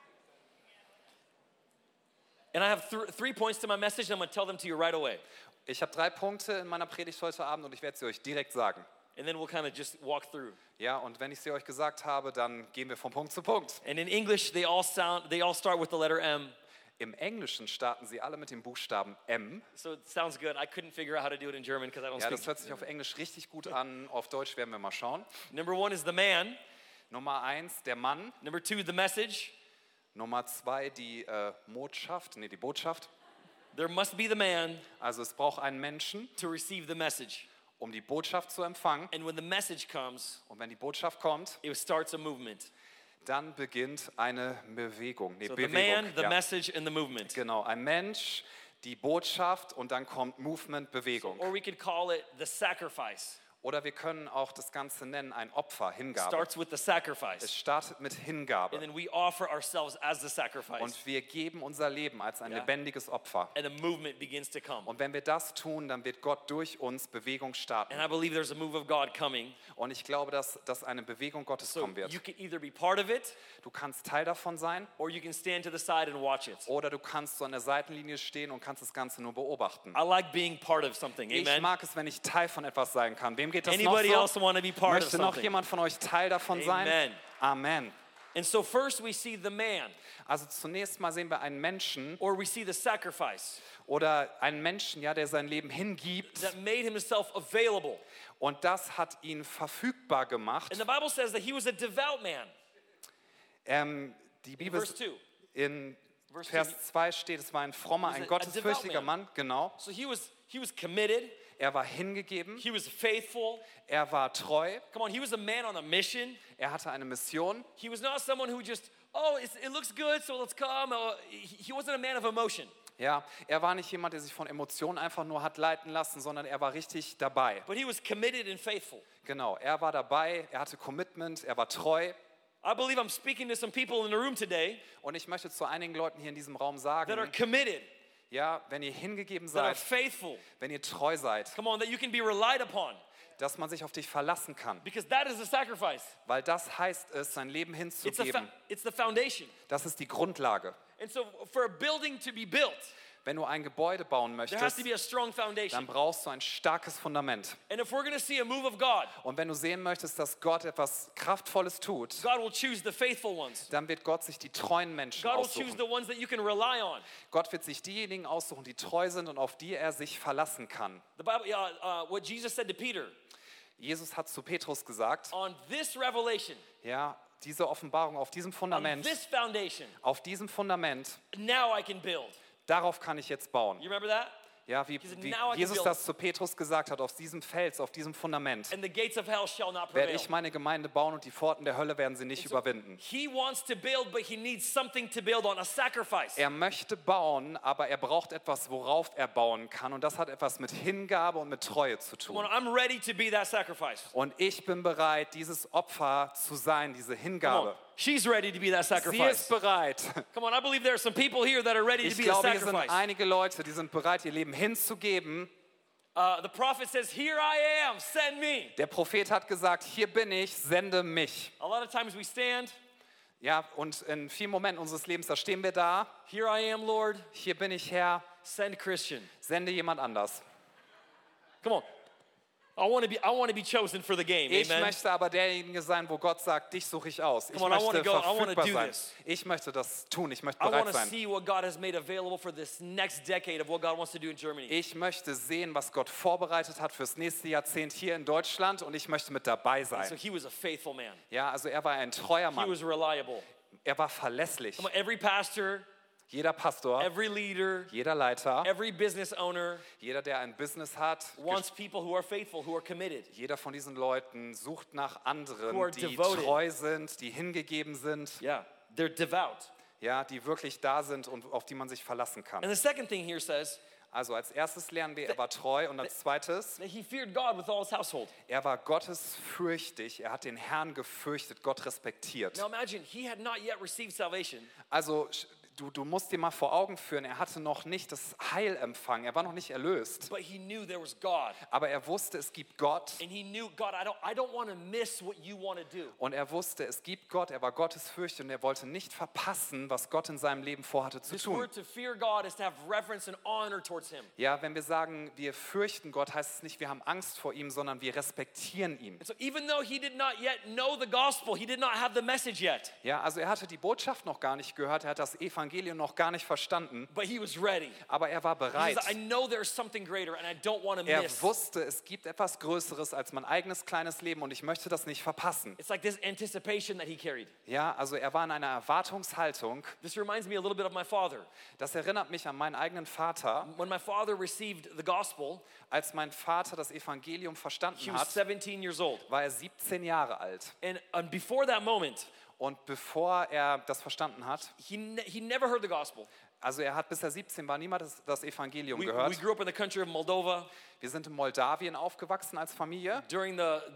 And I have 3 points to my message, and I'm going to tell them to you right away. Ich habe 3 Punkte in meiner Predigt heute Abend und ich werde sie euch direkt sagen. And then we'll kind of just walk through. Ja, und wenn ich sie euch gesagt habe, dann gehen wir von Punkt zu Punkt. And in English, they all start with the letter M. Im Englischen starten sie alle mit dem Buchstaben M. So it sounds good. I couldn't figure out how to do it in German because I don't Ja, das speak. hört sich auf Englisch richtig gut an. Auf Deutsch werden wir mal schauen. Number 1 is the man. Nummer 1, der Mann. Number 2, the message. Nummer 2, die die Botschaft. There must be the man Also es braucht einen Menschen, to receive the message. um die Botschaft zu empfangen. And when the message comes, Und wenn die Botschaft kommt, it starts a movement. dann beginnt eine Bewegung. So the Bewegung. man, the Ja. message, and the movement. Genau, ein Mensch, die Botschaft und dann kommt Movement, Bewegung. Or we could call it the sacrifice. Oder wir können auch das Ganze nennen ein Opfer, Hingabe. Starts with the Es sacrifice. startet mit Hingabe. And then we offer ourselves as the sacrifice. Und wir geben unser Leben als ein Ja. lebendiges Opfer. And the movement begins to come. Und wenn wir das tun, dann wird Gott durch uns Bewegung starten. And I believe there's a move of God coming. Und ich glaube, dass eine Bewegung Gottes So kommen wird. you can either be part of it Du kannst Teil davon sein or you can stand to the side and watch it. oder du kannst so an der Seitenlinie stehen und kannst das Ganze nur beobachten. I like being part of something. Ich Amen. mag es, wenn ich Teil von etwas sein kann. Wem geht das Anybody noch else so? want to be part of Möchte noch something? jemand von euch Teil davon sein? Amen. Amen. And so first we see the man Also zunächst mal sehen wir einen Menschen or we see the sacrifice oder einen Menschen, ja, der sein Leben hingibt that made himself available. und das hat ihn verfügbar gemacht. And the Bible says that he was a devout man. Die In Bibel verse 2. in Verse Vers 2. 2 steht, es war ein frommer, He was ein a gottesfürchtiger devout man. Mann, genau. So he was committed. Er war hingegeben, He was faithful. er war treu, Come on, he was a man on a mission. er hatte eine Mission. He was not someone who just, it looks good, so let's come. He wasn't a man of emotion. Ja, er war nicht jemand, der sich von Emotionen einfach nur hat leiten lassen, sondern er war richtig dabei. But he was committed and faithful. Genau, er war dabei, er hatte Commitment, er war treu. I believe I'm speaking to some people in the room today Und ich möchte zu einigen Leuten hier in diesem Raum that are sagen, committed, ja, wenn ihr hingegeben that are seid, faithful. wenn ihr treu seid, Come on, that you can be relied upon. dass man sich auf dich verlassen kann. Because that is a sacrifice. Weil das heißt es, sein Leben It's hinzugeben. it's the foundation. Das ist die Grundlage. And so for a building to be built, Wenn du ein Gebäude bauen there has möchtest, to be a strong dann foundation. brauchst du ein starkes Fundament. And if we're going to see a move of God, Und wenn du sehen möchtest, dass Gott etwas Kraftvolles tut, God will choose the faithful ones. dann wird Gott sich die treuen Menschen God will choose aussuchen. the ones that you can rely on. Gott wird sich diejenigen aussuchen, die treu sind und auf die er sich verlassen kann. The Bible, what Jesus said to Peter, Jesus hat zu Petrus gesagt, on this revelation, ja, diese Offenbarung auf diesem on Fundament, this foundation, auf diesem Fundament, now I can build. darauf kann ich jetzt bauen. You remember that? Ja, wie said, wie "Now I can Jesus build." das zu Petrus gesagt hat, auf diesem Fels, auf diesem Fundament And the gates of hell shall not werde prevail. ich meine Gemeinde bauen und die Pforten der Hölle werden sie nicht überwinden. He wants to build, but he needs something to build on, a sacrifice. Er möchte bauen, aber er braucht etwas, worauf er bauen kann. Und das hat etwas mit Hingabe und mit Treue zu Come on, tun. I'm ready to be that sacrifice. Und ich bin bereit, dieses Opfer zu sein, diese Come on, Hingabe. she's ready to be that Sie ist sacrifice. bereit. Come on, I believe there are some people here that are ready to Ich be a glaube, hier sind sacrifice. einige Leute, die sind bereit, ihr Leben hinzugeben. The prophet says, "Here I am, send me." Der Prophet hat gesagt, hier bin ich, sende mich. A lot of times we stand, Ja, und in vielen Momenten unseres Lebens, da stehen wir da. "Here I am, Lord, Hier bin ich, Herr, send Christian." sende jemand anders. Come on, I want to be chosen for the game. Ich Amen. möchte aber derjenige sein, wo Gott sagt, dich suche ich aus. Ich Come on, I wanna möchte go, I wanna verfügbar do sein. this. Ich möchte das tun, ich möchte I want bereit to sein. see what God has made available for this next decade of what God wants to do in Germany. Ich möchte sehen, was Gott vorbereitet hat fürs nächste Jahrzehnt hier in Deutschland und ich möchte mit dabei So sein. he was a faithful man. Ja, also er war ein treuer He Mann. was reliable. Er war verlässlich. Come on, every pastor, Jeder Pastor, every leader, jeder Leiter, every business owner jeder, der ein Business hat, wants people who are faithful, who are committed. jeder von diesen Leuten sucht nach Who are anderen, die devoted. treu sind, die hingegeben sind, Yeah, they're devout. ja, die wirklich da sind und auf die man sich verlassen kann. And the second thing here says Also als erstes lernen wir, er war treu und als zweites, that he feared God with all his household. er war gottesfürchtig, er hat den Herrn gefürchtet, Gott respektiert. Now imagine, he had not yet received salvation, Also du musst dir mal vor Augen führen, er hatte noch nicht das Heil empfangen, er war noch nicht erlöst, but he knew there was God. aber er wusste, es gibt Gott And he knew, God, I don't want to miss what you want to do. und er wusste, es gibt Gott, er war gottesfürchtig und er wollte nicht verpassen, was Gott in seinem Leben vorhatte zu This tun. word to fear God is to have reverence and honor towards him. Ja, wenn wir sagen, wir fürchten Gott, heißt es nicht, wir haben Angst vor ihm, sondern wir respektieren ihn. And so even though he did not yet know the gospel, he did not have the message yet, Ja, also er hatte die Botschaft noch gar nicht gehört, er hat das Evangelium noch gar nicht verstanden, but he was ready. aber er war He bereit. says, I know there's something greater and I don't want to Er miss. wusste, es gibt etwas Größeres als mein eigenes kleines Leben und ich möchte das nicht verpassen. It's like this anticipation that he carried. Ja, also er war in einer Erwartungshaltung. This reminds me a little bit of my father. Das erinnert mich an meinen eigenen Vater. When my father received the gospel, Als mein Vater das Evangelium he verstanden was hat, 17 years old. war er 17 Jahre alt. And before that moment, Und bevor er das verstanden hat, he never heard the gospel. Also er hat bis er 17 war niemals das Evangelium We gehört. grew up in the country of Moldova Wir sind in Moldawien aufgewachsen als Familie. during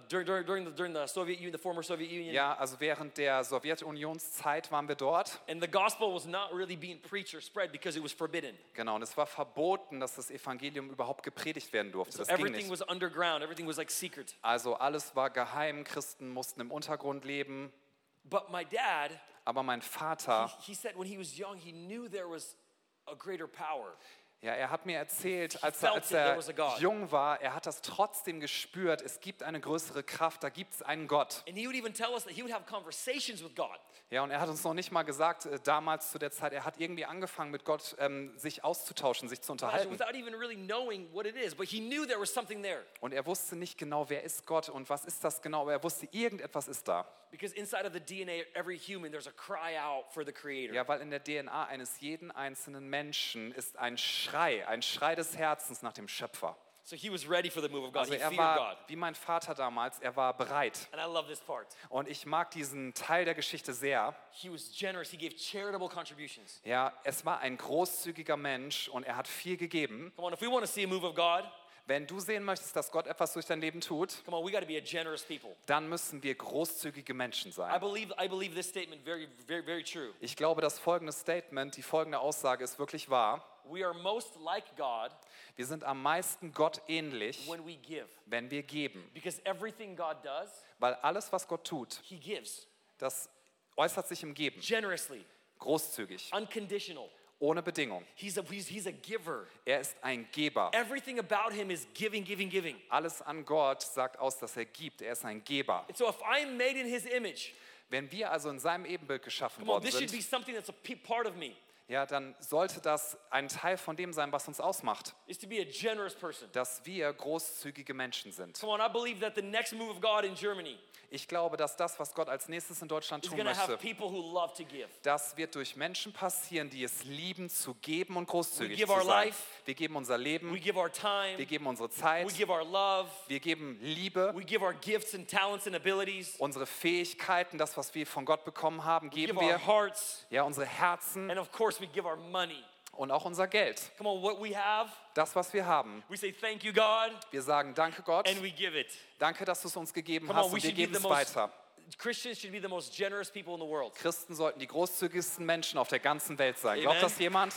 the Soviet Union, the former Soviet Union. Ja, also während der Sowjetunionszeit waren wir dort. And the gospel was not really being preached or spread because it was forbidden. Genau, und es war verboten, dass das Evangelium überhaupt gepredigt werden durfte. Das ging Everything nicht. was underground. Everything was like secret. Also alles war geheim, Christen mussten im Untergrund leben. But my dad, Aber mein Vater, he said when he was young, he knew there was a greater power. ja, er hat mir erzählt, als felt er, it, there was a God. jung war, er hat das trotzdem gespürt, es gibt eine größere Kraft, da gibt es einen Gott. And he would even tell us that he would have conversations with God. Ja, und er hat uns noch nicht mal gesagt, damals zu der Zeit, er hat irgendwie angefangen mit Gott sich auszutauschen, sich zu unterhalten. Without even really knowing what it is, but he knew there was something there. Und er wusste nicht genau, wer ist Gott und was ist das genau, aber er wusste, irgendetwas ist da. Because inside of the DNA of every human, there's a cry out for the Creator. Ja, weil in der DNA eines jeden einzelnen Menschen ist ein Schrei des Herzens nach dem Schöpfer. So he was ready for the move of God. Also He er feared war, God. wie mein Vater damals, er war bereit. And I love this part. Und ich mag diesen Teil der Geschichte sehr. He was generous. He gave charitable contributions. Ja, es war ein großzügiger Mensch und er hat viel gegeben. Come on, if we want to see a move of God, Wenn du sehen möchtest, dass Gott etwas durch dein Leben tut, come on, we got to be a generous people. dann müssen wir großzügige Menschen I sein. believe this statement very true. Ich glaube, das folgende Statement, die folgende Aussage ist wirklich wahr. We are most like God Wir sind am meisten Gott ähnlich, when we give. wenn wir geben. Because everything God does, Weil alles, was Gott tut, he gives das äußert sich im Geben. generously, Großzügig, unconditional. ohne Bedingung. He's a giver. Er ist ein Geber. Everything about him is giving, giving, giving. Alles an Gott sagt aus, dass er gibt. Er ist ein Geber. And so if I'm made in his image, Wenn wir also in seinem Ebenbild geschaffen come on, worden this should be sind, something that's part of me, ja, dann sollte das ein Teil von dem sein, was uns ausmacht, is to be a generous person. dass wir großzügige Menschen sind. Come on, I believe that the next move of God in Germany Ich glaube, dass das, was Gott als nächstes in Deutschland is tun going to have möchte, people who love to give. das wird durch Menschen passieren, die es lieben, zu geben und großzügig We give zu our sein. life. Wir geben unser We Leben, give our time, wir geben unsere Zeit, we give our love, wir geben Liebe, we give our gifts and talents and abilities, unsere Fähigkeiten, das, was wir von Gott bekommen haben, we give geben our wir. hearts, Ja, unsere Herzen and of course we give our money. und auch unser Geld. Come on, what we have, Das, was wir haben. we say thank you, God, Wir sagen, danke Gott, and we give it. danke, dass du es uns gegeben Come on, hast we und wir should be geben the es most, weiter. Christians should be the most generous people in the world. Christen sollten die großzügigsten Menschen auf der ganzen Welt sein. Glaubt Amen. das jemand?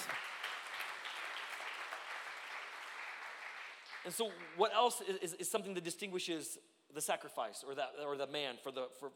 And so what else is something that distinguishes the sacrifice or the man for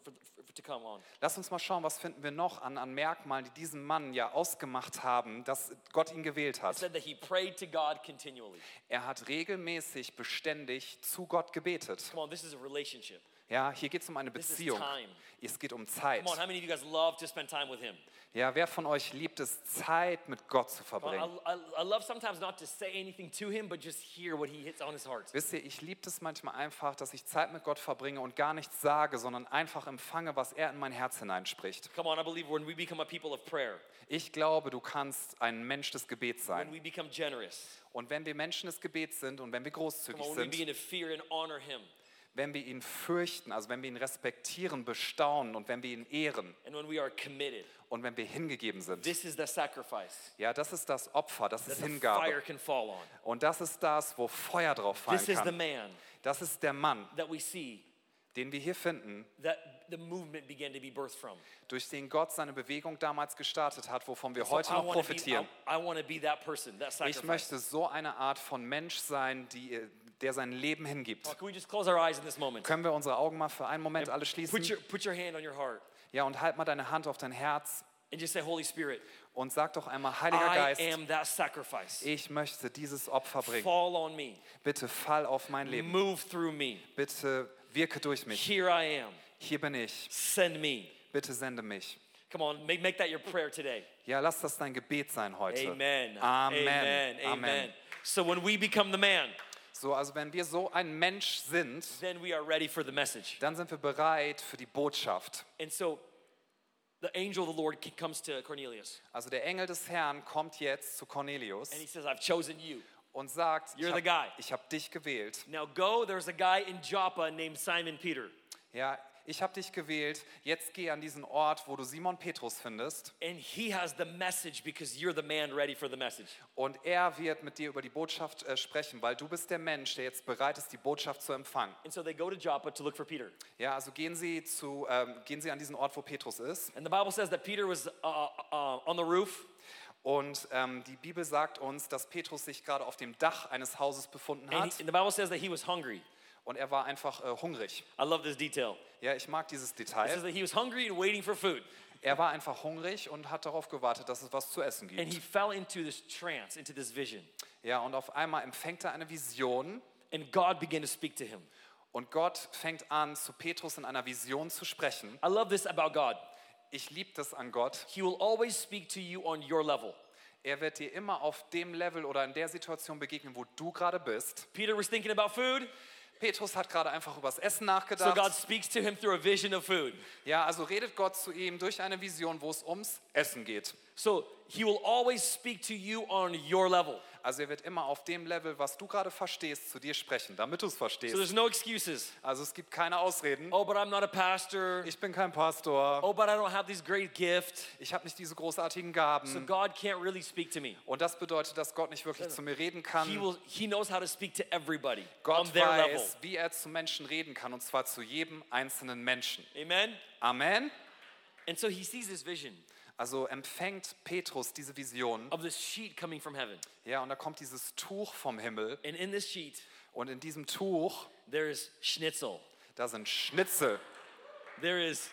to come on? Lass uns mal schauen, was finden wir noch an Merkmalen, die diesen Mann ja ausgemacht haben, dass Gott ihn gewählt It hat. said that he prayed to God continually. Er hat regelmäßig, beständig zu Gott gebetet. Come on, this is a relationship. Ja, hier geht es um eine This is Beziehung. time. Es geht um Zeit. Come on, how many of you guys love to spend time with him? Ja, wer von euch liebt es, Zeit mit Gott zu Come verbringen? on, I love sometimes not to say anything to him, but just hear what he hits on his heart. Wisst ihr, ich liebe es manchmal einfach, dass ich Zeit mit Gott verbringe und gar nichts sage, sondern einfach empfange, was er in mein Herz hineinspricht. Come on, I believe when we become a people of prayer, Ich glaube, du kannst ein Mensch des Gebets when sein. we become generous, Und wenn wir Menschen des Gebets sind und wenn wir come großzügig on, when we sind, begin to fear and honor him, wenn wir ihn fürchten, also wenn wir ihn respektieren, bestaunen und wenn wir ihn ehren and when we are committed, und wenn wir hingegeben sind. this is the sacrifice Ja, das ist das Opfer, das that ist the fire Hingabe. can fall on. Und das ist das, wo Feuer drauf fallen This is the kann. man Das ist der Mann, that we see den wir hier finden, that the movement began to be birthed from. durch den Gott seine Bewegung damals gestartet hat, wovon wir So heute noch profitieren. I want to be that person, that Ich sacrifice. möchte so eine Art von Mensch sein, der sein Leben hingibt. Can we just close our eyes in this moment? Können wir unsere Augen mal für einen Moment alle Put schließen? put your hand on your heart Ja, und halt mal deine Hand auf dein Herz and just say, Holy Spirit, und sag doch einmal, Heiliger I Geist, am that sacrifice. ich möchte dieses Opfer bringen. Fall on me. Bitte fall auf mein Leben. Move through me. Bitte wirke durch mich. Here I am. Hier bin ich. Send me. Bitte sende mich. Come on, make that your prayer today. Ja, lass das dein Gebet sein heute. Amen. Amen. Amen. Amen. Amen. So when we become the man, So, also wenn wir so ein Mensch sind, then we are ready for the message. dann sind wir bereit für die Botschaft. And so the angel of the Lord comes to Cornelius Also der Engel des Herrn kommt jetzt zu Cornelius and he says, I've chosen you. und sagt, You're the guy. ich hab dich gewählt. Now go, there's a guy in Joppa named Simon Peter. Ja, ich habe dich gewählt, jetzt geh an diesen Ort, wo du Simon Petrus findest. And he has the message because you're the man ready for the message. Und er wird mit dir über die Botschaft sprechen, weil du bist der Mensch, der jetzt bereit ist, die Botschaft zu empfangen. And so they go to Joppa to look for Peter. Ja, also gehen Sie an diesen Ort, wo Petrus ist. And the Bible says that Peter was on the roof. Und die Bibel sagt uns, dass Petrus sich gerade auf dem Dach eines Hauses befunden And hat. the Bible says that he was hungry. Und er war einfach hungrig. I love this detail. Ja, ich mag dieses It says Detail. that he was hungry and waiting for food. Er war einfach hungrig und hat darauf gewartet, dass es was zu essen And he gibt. fell into this trance, into this vision. Ja, und auf einmal empfängt er eine Vision And God began to speak to him. und Gott fängt an, zu Petrus in einer Vision zu sprechen. I love this about God. Ich liebe das an Gott. He will always speak to you on your level. Er wird dir immer auf dem Level oder in der Situation begegnen, wo du gerade bist. Peter was thinking about food, Petrus hat gerade einfach über das Essen so God nachgedacht. speaks to him through a vision of food. Ja, also redet Gott zu ihm durch eine Vision, wo es ums Essen geht. So he will always speak to you on your level. Also er wird immer auf dem Level, was du gerade verstehst, zu dir sprechen, damit du es So verstehst. there's no excuses. Also es gibt keine Ausreden. Oh, but I'm not a pastor. Ich bin kein Pastor. Oh, but I don't have this great gift. Ich habe nicht diese großartigen So Gaben. God can't really speak to me. Und das bedeutet, dass Gott nicht wirklich zu mir reden kann. He knows how to speak to everybody on Gott their level. weiß, wie er zu Menschen reden kann, und zwar zu jedem einzelnen Menschen. Amen? Amen. And so he sees this vision Also empfängt Petrus diese Vision. of this sheet coming from heaven. Ja, und da kommt dieses Tuch vom Himmel. And in this sheet, Und in diesem Tuch, there is schnitzel. da sind Schnitzel. There is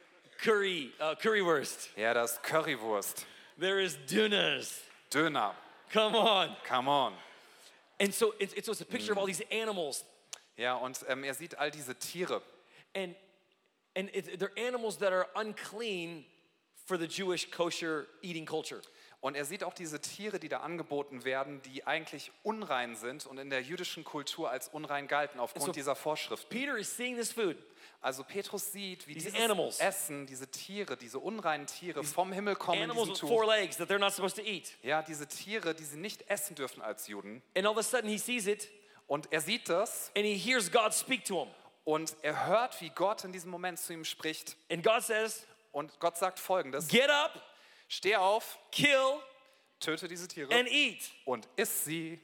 currywurst. Ja, da ist Currywurst. There is dönas. Döner. Come on. Come on. And so it's a picture of all these animals. Ja, und er sieht all diese Tiere. And they're animals that are unclean for the Jewish kosher eating culture. Und er sieht auch diese Tiere, die da angeboten werden, die eigentlich unrein sind und in der jüdischen Kultur als unrein galten aufgrund So dieser Vorschriften. Peter is seeing this food. Also Petrus sieht, wie These dieses animals. Essen, diese Tiere, diese unreinen Tiere vom Himmel kommen in Animals diesem with 4 Tuch. legs that they're not supposed to eat. Ja, diese Tiere, die sie nicht essen dürfen als Juden. And all of a sudden he sees it Und er sieht das and he hears God speak to him. und er hört, wie Gott in diesem Moment zu ihm spricht. And God says, Und Gott sagt Folgendes: get up, Steh auf, kill, töte diese Tiere and eat. und iss sie.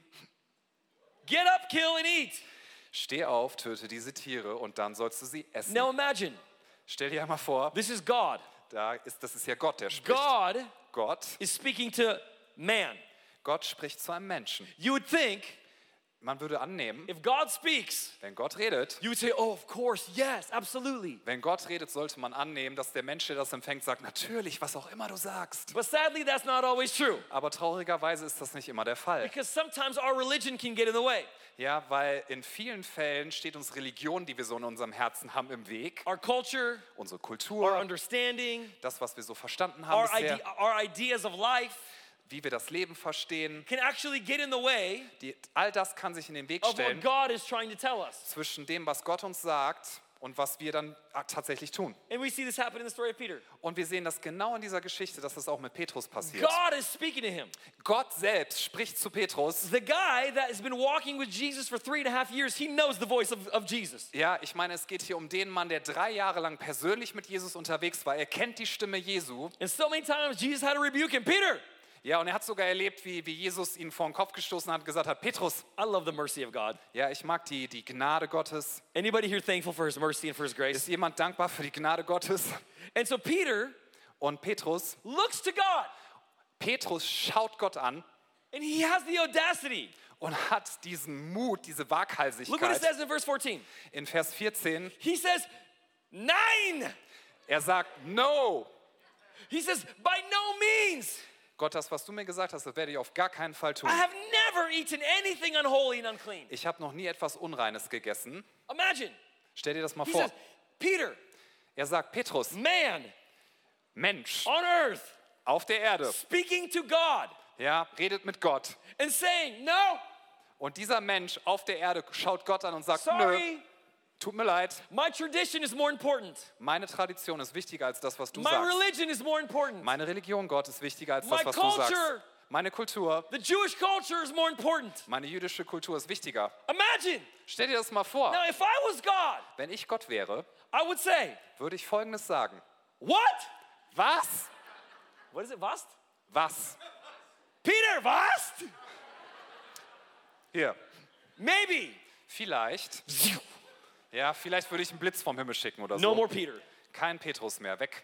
Get up, kill, and eat. Steh auf, töte diese Tiere und dann sollst du sie essen. Now imagine, Stell dir einmal vor, this is God. das ist ja Gott, der spricht. God Gott is speaking to man. Gott spricht zu einem Menschen. You would think Man würde annehmen, if God speaks, wenn Gott redet, you would say, oh, of course, yes, absolutely. wenn Gott redet, sollte man annehmen, dass der Mensch, der das empfängt, sagt, natürlich, was auch immer du sagst. But sadly, that's not always true. Aber traurigerweise ist das nicht immer der Fall. Because sometimes our religion can get in the way. Ja, weil in vielen Fällen steht uns Religion, die wir so in unserem Herzen haben, im Weg. Our culture, Unsere our Kultur, understanding, das, was wir so verstanden haben bisher, our ideas of life wie wir das Leben verstehen, can actually get in the way all das kann sich in den Weg of what stellen God is trying to tell us. zwischen dem, was Gott uns sagt und was wir dann tatsächlich tun. And we see this happen in the story of Peter. Und wir sehen das genau in dieser Geschichte, dass das auch mit Petrus passiert. God is speaking to him. Gott selbst spricht zu Petrus. The guy that has been walking with Jesus for 3.5 years, he knows the voice of Jesus. Ja, ich meine, es geht hier um den Mann, der 3 Jahre lang persönlich mit Jesus unterwegs war. Er kennt die Stimme Jesu. And so many times Jesus had to rebuke him. Peter! Ja, und er hat sogar erlebt, wie Jesus ihn vor den Kopf gestoßen hat und gesagt hat, Petrus, I love the mercy of God. ja, ich mag die Gnade Gottes. Anybody here thankful for his mercy and for his grace? Ist jemand dankbar für die Gnade Gottes? And so Peter Und Petrus schaut Gott an and he has the audacity. und hat diesen Mut, diese Look what it Waghalsigkeit. says in verse 14. In Vers 14, He says, Nein! er sagt, no. He says, by no means. Gott, das, was du mir gesagt hast, das werde ich auf gar keinen Fall tun. I have never eaten anything unholy and unclean. Ich habe noch nie etwas Unreines gegessen. Imagine. Stell dir das mal He vor. says, Peter, Er sagt, Petrus, man Mensch on earth, auf der Erde, speaking to God ja, redet mit Gott. and saying, no, Und dieser Mensch auf der Erde schaut Gott an und sagt, sorry, nö, tut mir leid, my tradition is more important. meine Tradition ist wichtiger als das, was du My sagst. religion is more important. Meine Religion, Gott, ist wichtiger als My das, was du sagst. culture Meine Kultur, The Jewish culture is more important. meine jüdische Kultur ist wichtiger. Imagine, Stell dir das mal vor, now if I was God, wenn ich Gott wäre, I would say, würde ich Folgendes sagen. what? Was? What is it, was? Was? Peter, was? Hier, Maybe. vielleicht, ja, vielleicht würde ich einen Blitz vom Himmel schicken oder No so. more Peter. Kein Petrus mehr, weg.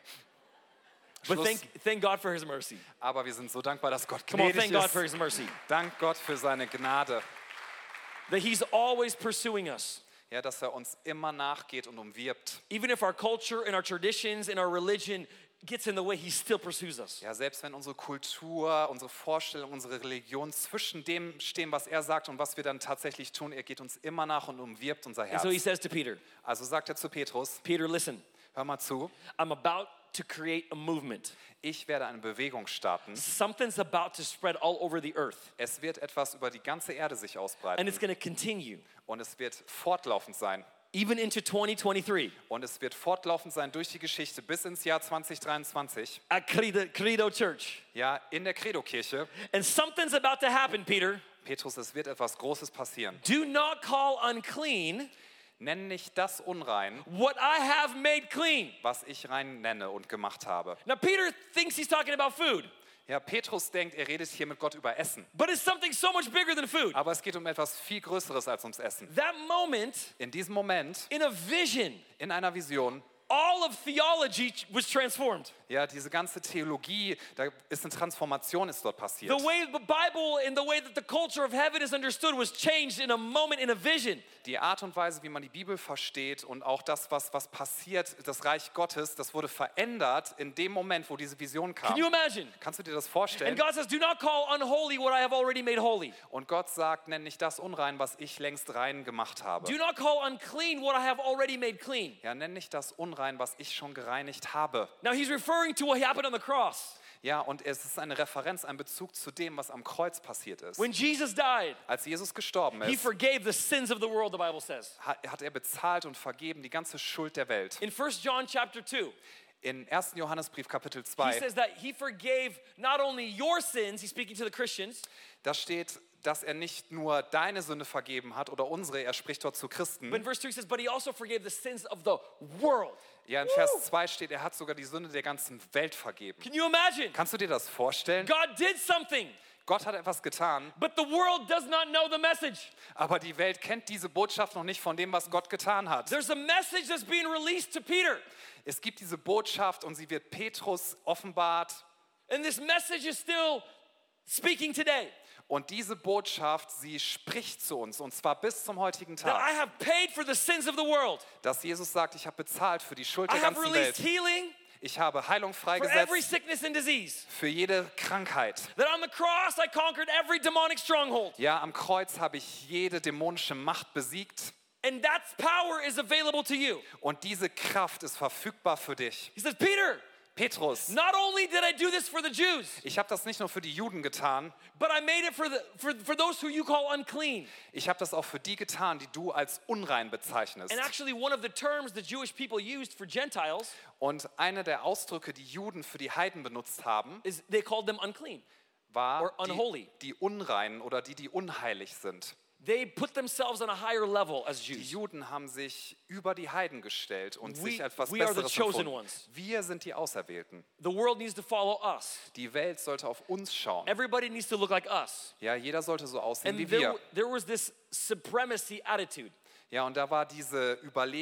But Schluss. thank God for his mercy. Aber wir sind so dankbar, dass Gott Come on, gnädig thank God for ist. his mercy. Dank Gott für seine Gnade. That he's always pursuing us. Ja, dass er uns immer nachgeht und umwirbt. Even if our culture and our traditions and our religion gets in the way, he still pursues us. Ja, selbst wenn unsere Kultur, unsere Vorstellung, unsere Religion zwischen dem stehen, was er sagt und was wir dann tatsächlich tun, er geht uns immer nach und umwirbt unser And Herz. so he says to Peter, Also sagt er zu Petrus, Peter, listen, hör mal zu, I'm about to create a movement. ich werde eine Bewegung starten. Something's about to spread all over the earth. Es wird etwas über die ganze Erde sich And ausbreiten it's going to continue und es wird fortlaufend sein. even into 2023 Und es wird fortlaufend sein durch die Geschichte bis ins Jahr 2023. at Credo Church. Ja, in der Credo-Kirche. And something's about to happen, Peter. Petrus, es wird etwas Großes passieren. Do not call unclean Nenn nicht das unrein, what I have made clean. was ich rein nenne und gemacht habe. Now, Peter thinks he's talking about food, Ja, Petrus denkt, er redet hier mit Gott über Essen. but it's something so much bigger than food. Aber es geht um etwas viel Größeres als ums Essen. That moment In diesem Moment, in a vision, in einer Vision, all of theology was transformed. ja, diese ganze Theologie, da ist eine Transformation, ist dort passiert. The way the Bible and the way that the culture of heaven is understood was changed in a moment, in a vision. Die Art und Weise, wie man die Bibel versteht und auch das, was passiert, das Reich Gottes, das wurde verändert in dem Moment, wo diese Vision Can you kam. imagine? Kannst du dir das And vorstellen? God says, do not call unholy what I have already made holy. Und Gott sagt, nenn nicht das unrein, was ich längst rein gemacht habe. Do not call unclean what I have already made clean. Ja, nenn nicht das unrein, was ich schon gereinigt habe. Now he's referring to what happened on the cross. Ja, und es ist eine Referenz, ein Bezug zu dem, was am Kreuz passiert ist. When Jesus died, Als Jesus gestorben he ist, forgave the sins of the world, the Bible says. hat er bezahlt und vergeben die ganze Schuld der Welt. In 1 John chapter 2, In 1. Johannesbrief Kapitel he 2, says that he forgave not only your sins, he's speaking to the Christians, da steht, dass er nicht nur deine Sünde vergeben hat oder unsere, er spricht dort zu but in Christen. verse 3 he says, but he also forgave the sins of the world. Ja, in Vers 2 steht, er hat sogar die Sünde der ganzen Welt vergeben. Can you imagine? Kannst du dir das vorstellen? God did something, Gott hat etwas getan, but the world does not know the message. aber die Welt kennt diese Botschaft noch nicht von dem, was Gott getan hat. There's a message that's being released to Peter, Es gibt diese Botschaft und sie wird Petrus offenbart. and this message is still speaking today. Und diese Botschaft, sie spricht zu uns, und zwar bis zum heutigen That Tag, I have paid for the sins of the world. dass Jesus sagt, ich habe bezahlt für die Schuld I der have ganzen released Welt. healing Ich habe Heilung for every freigesetzt sickness and disease. für jede Krankheit. That on the cross I conquered every demonic stronghold. Ja, am Kreuz habe ich jede dämonische Macht besiegt And that power is available to you. und diese Kraft ist verfügbar für dich. He says, Peter, Petrus, not only did I do this for the Jews, ich habe das nicht nur für die Juden getan, but I made it for those who you call unclean. ich habe das auch für die getan, die du als unrein bezeichnest. And actually one of the terms the Jewish people used for Gentiles Und einer der Ausdrücke, die Juden für die Heiden benutzt haben, is they called them unclean. war Or unholy. die Unreinen oder die unheilig sind. They put themselves on a higher level as Die Jews. Juden haben sich über die Heiden gestellt und We- sich etwas we are the Besseres chosen empfunden. ones. Wir sind die Auserwählten. The world needs to follow us. Die Welt sollte auf uns schauen. Everybody needs to look like us. Ja, jeder sollte so aussehen And wie there, wir. there was this supremacy attitude. Ja, und da war diese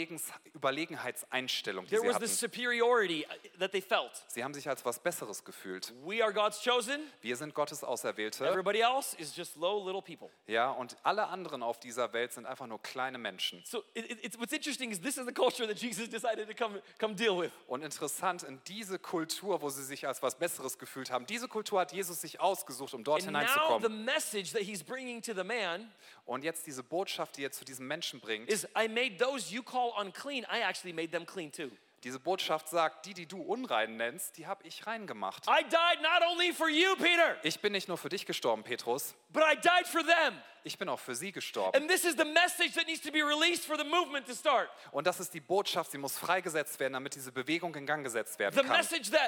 Überlegenheitseinstellung, die There sie was this hatten. superiority that they felt. Sie haben sich als was Besseres gefühlt. We are God's chosen. Wir sind Gottes Auserwählte. Everybody else is just low little people. Ja, und alle anderen auf dieser Welt sind einfach nur kleine Menschen. So what's interesting is this is the culture that Jesus decided to come deal with. Und interessant, in diese Kultur, wo sie sich als was Besseres gefühlt haben, diese Kultur hat Jesus sich ausgesucht, um dort And now the hineinzukommen. message that he's bringing to the man Und jetzt diese Botschaft, die er zu diesem Menschen bringt, is I made those you call unclean, I actually made them clean too. diese Botschaft sagt, die du unrein nennst, die habe ich rein gemacht. I died not only for you, Peter, Ich bin nicht nur für dich gestorben, Petrus, but I died for them. ich bin auch für sie gestorben. And this is the message that needs to be released for the movement to start. Und das ist die Botschaft, sie muss freigesetzt werden, damit diese Bewegung in Gang gesetzt werden The kann. message that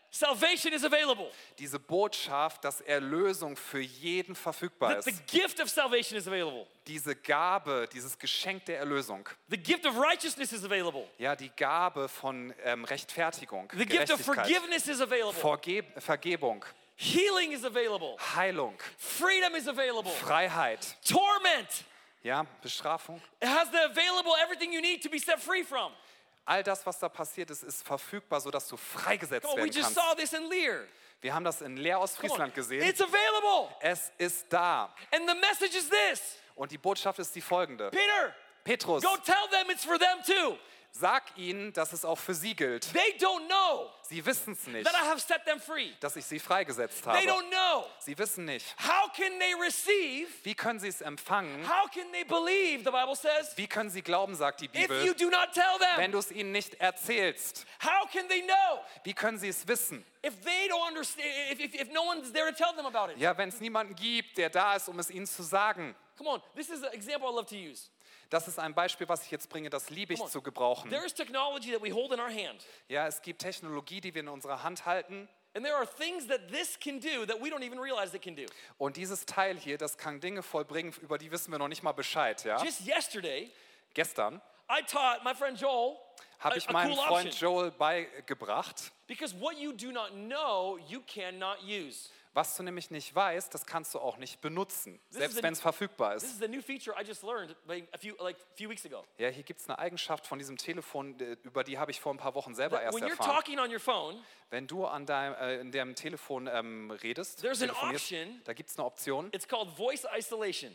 salvation is available. Diese Botschaft, dass Erlösung für jeden verfügbar That the ist. gift of salvation is available. Diese Gabe, dieses Geschenk der Erlösung. The gift of righteousness is available. Ja, die Gabe von Rechtfertigung, The gift of Gerechtigkeit, forgiveness is available. Vergebung, Healing is available. Heilung, Freedom is available. Freiheit, Torment. ja, Bestrafung. It has the available everything you need to be set free from. All das, was da passiert ist, ist verfügbar, sodass du freigesetzt Come on, we werden just kannst. saw this in Lear. Wir haben das in Leer aus Come on. Friesland gesehen. It's available. Es ist da. And the message is this. Und die Botschaft ist die folgende. Peter, Petrus, go tell them it's for them too. sag ihnen, dass es auch für sie gilt. They don't know Sie wissen es nicht, that I have set them free. dass ich sie freigesetzt They habe. don't know. Sie wissen nicht. How can they receive? Wie können sie es empfangen? How can they believe, the Bible says, Wie können sie glauben, sagt die if you Bibel, do not tell wenn them? du es ihnen nicht erzählst? How can they know Wie können sie es wissen? if they don't understand, if no one's there to tell them about it? Ja, wenn es niemanden gibt, der da ist, um es ihnen zu sagen. Come on, this is an example I love to use. Das ist ein Beispiel, was ich jetzt bringe, das liebe ich Come on. zu gebrauchen. There is technology that we hold in our hand. Ja, es gibt Technologie, die wir in unserer Hand halten. And there are things that this can do that we don't even realize it can do. Und dieses Teil hier, das kann Dinge vollbringen, über die wissen wir noch nicht mal Bescheid. Ja? Just yesterday, Gestern I taught my friend Joel habe ich a meinem cool Freund option. Joel beigebracht. Because what you do not know, you cannot use. Was du nämlich nicht weißt, das kannst du auch nicht benutzen, is selbst the- wenn es verfügbar This ist. is the new feature I just learned a few weeks ago. Ja, hier gibt es eine Eigenschaft von diesem Telefon, über die habe ich vor ein paar Wochen selber erst When you're erfahren. talking on your phone, Wenn du in deinem Telefon redest, There's an telefonierst, option. da gibt es eine Option, it's called voice isolation.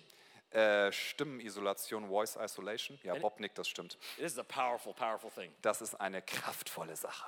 Stimmenisolation, Voice Isolation. Ja, Bob nickt, das stimmt. This is a powerful, powerful thing. Das ist eine kraftvolle Sache.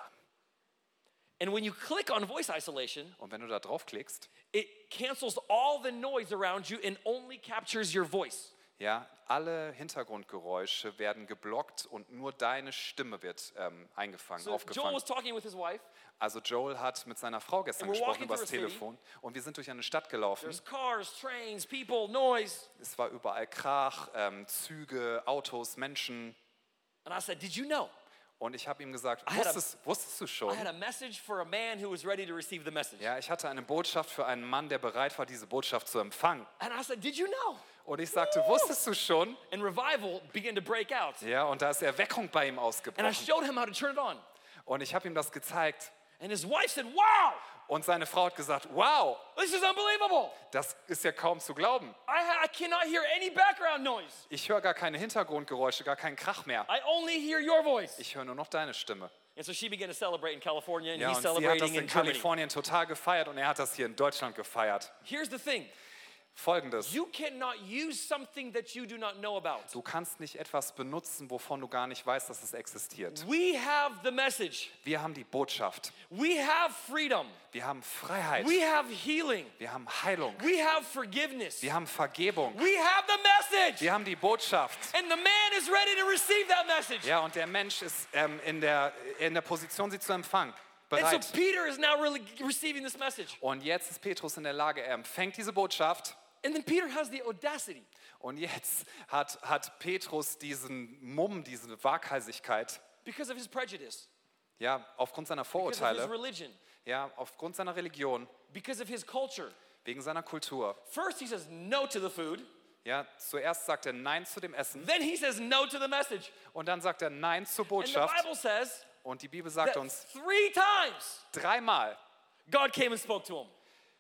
And when you click on voice isolation, Und wenn du da draufklickst, it cancels all the noise around you and only captures your voice. ja, alle Hintergrundgeräusche werden geblockt und nur deine Stimme wird eingefangen, So Joel aufgefangen. was talking with his wife. Also Joel hat mit seiner Frau gestern And we're gesprochen walking übers through a city. Telefon und wir sind durch eine Stadt gelaufen. There's cars, trains, people, noise. Es war überall Krach, Züge, Autos, Menschen. And I said, did you know? Und ich habe ihm gesagt, I had a- wusstest du I schon? had a message for a man who was ready to receive the message. Ja, ich hatte eine Botschaft für einen Mann, der bereit war, diese Botschaft zu empfangen. And I said, did you know? Und ich sagte, wusstest du schon? And revival began to break out. Ja, und da ist Erweckung bei ihm And I ausgebrochen. showed him how to turn it on. Und ich habe ihm das gezeigt. And his wife said, wow, Und seine Frau hat gesagt, wow, this is unbelievable. das ist ja kaum zu glauben. I cannot hear any background noise. Ich höre gar keine Hintergrundgeräusche, gar keinen Krach mehr. I only hear your voice. Ich höre nur noch deine Stimme. And so she began to celebrate in California, and Ja, he's und sie hat das celebrating in in Germany. Kalifornien total gefeiert und er hat das hier in Deutschland gefeiert. Here's the thing. Folgendes, You cannot use something that you do not know about. du kannst nicht etwas benutzen, wovon du gar nicht weißt, dass es existiert. We have the message. Wir haben die Botschaft, We have freedom. wir haben Freiheit, We have healing. wir haben Heilung, We have forgiveness. wir haben Vergebung, We have the message. wir haben die Botschaft. And the man is ready to receive that message. Ja, und der Mensch ist in der Position, sie zu empfangen, And so bereit. Peter is now really receiving this message. Und jetzt ist Petrus in der Lage, er empfängt diese Botschaft. And then Peter has the audacity. Und jetzt hat Petrus diesen Mumm, diese Waghalsigkeit, Because of his prejudice, ja, aufgrund seiner because of his Vorurteile, religion, ja, aufgrund seiner Religion, because of his culture. wegen seiner Kultur. First, he says no to the food. Ja, zuerst sagt er Nein zu dem Essen Then he says no to the message. und dann sagt er Nein zur And the Botschaft. Bible says Und die Bibel sagt that uns, 3 times dreimal God came and spoke to him.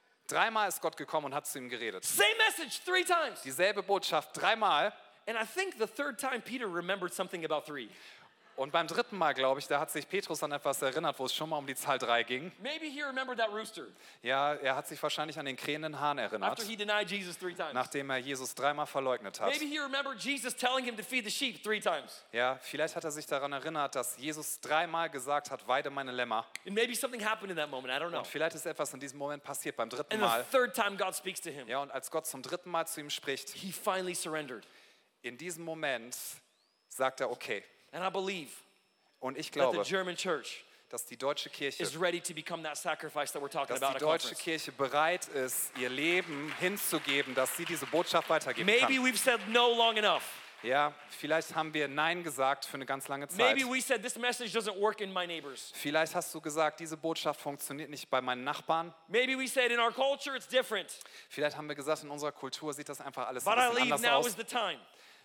ist Gott gekommen und hat zu ihm geredet. Same message 3 times. Dieselbe Botschaft dreimal. And I think the 3rd time Peter remembered something about 3. Und beim dritten Mal, glaube ich, da hat sich Petrus an etwas erinnert, wo es schon mal um die Zahl 3 ging. Maybe he remembered that rooster Ja, er hat sich wahrscheinlich an den krähenden Hahn erinnert, after he denied Jesus 3 times. nachdem er Jesus dreimal verleugnet hat. Maybe he remembered Jesus telling him to feed the sheep 3 times. Ja, vielleicht hat er sich daran erinnert, dass Jesus dreimal gesagt hat, weide meine Lämmer. And maybe something happened in that moment. I don't know. Und vielleicht ist etwas in diesem Moment passiert, beim dritten And Mal. the 3rd time God speaks to him, Ja, und als Gott zum dritten Mal zu ihm spricht, he finally surrendered. in diesem Moment sagt er, okay. And I believe Und ich that the glaube, German church dass die deutsche Kirche, is ready to become that sacrifice that we're talking dass about die at deutsche conference. Kirche bereit ist, ihr Leben hinzugeben, dass sie diese Botschaft weitergeben Maybe kann. we've said no long enough. Ja, vielleicht haben wir Nein gesagt für eine ganz lange Zeit. Maybe we said, this message doesn't work in my neighbors. Vielleicht hast du gesagt, diese Botschaft funktioniert nicht bei meinen Nachbarn. Maybe we said, in our culture, it's different. Vielleicht haben wir gesagt, in unserer Kultur sieht das einfach alles But I ein bisschen believe anders now aus. is the time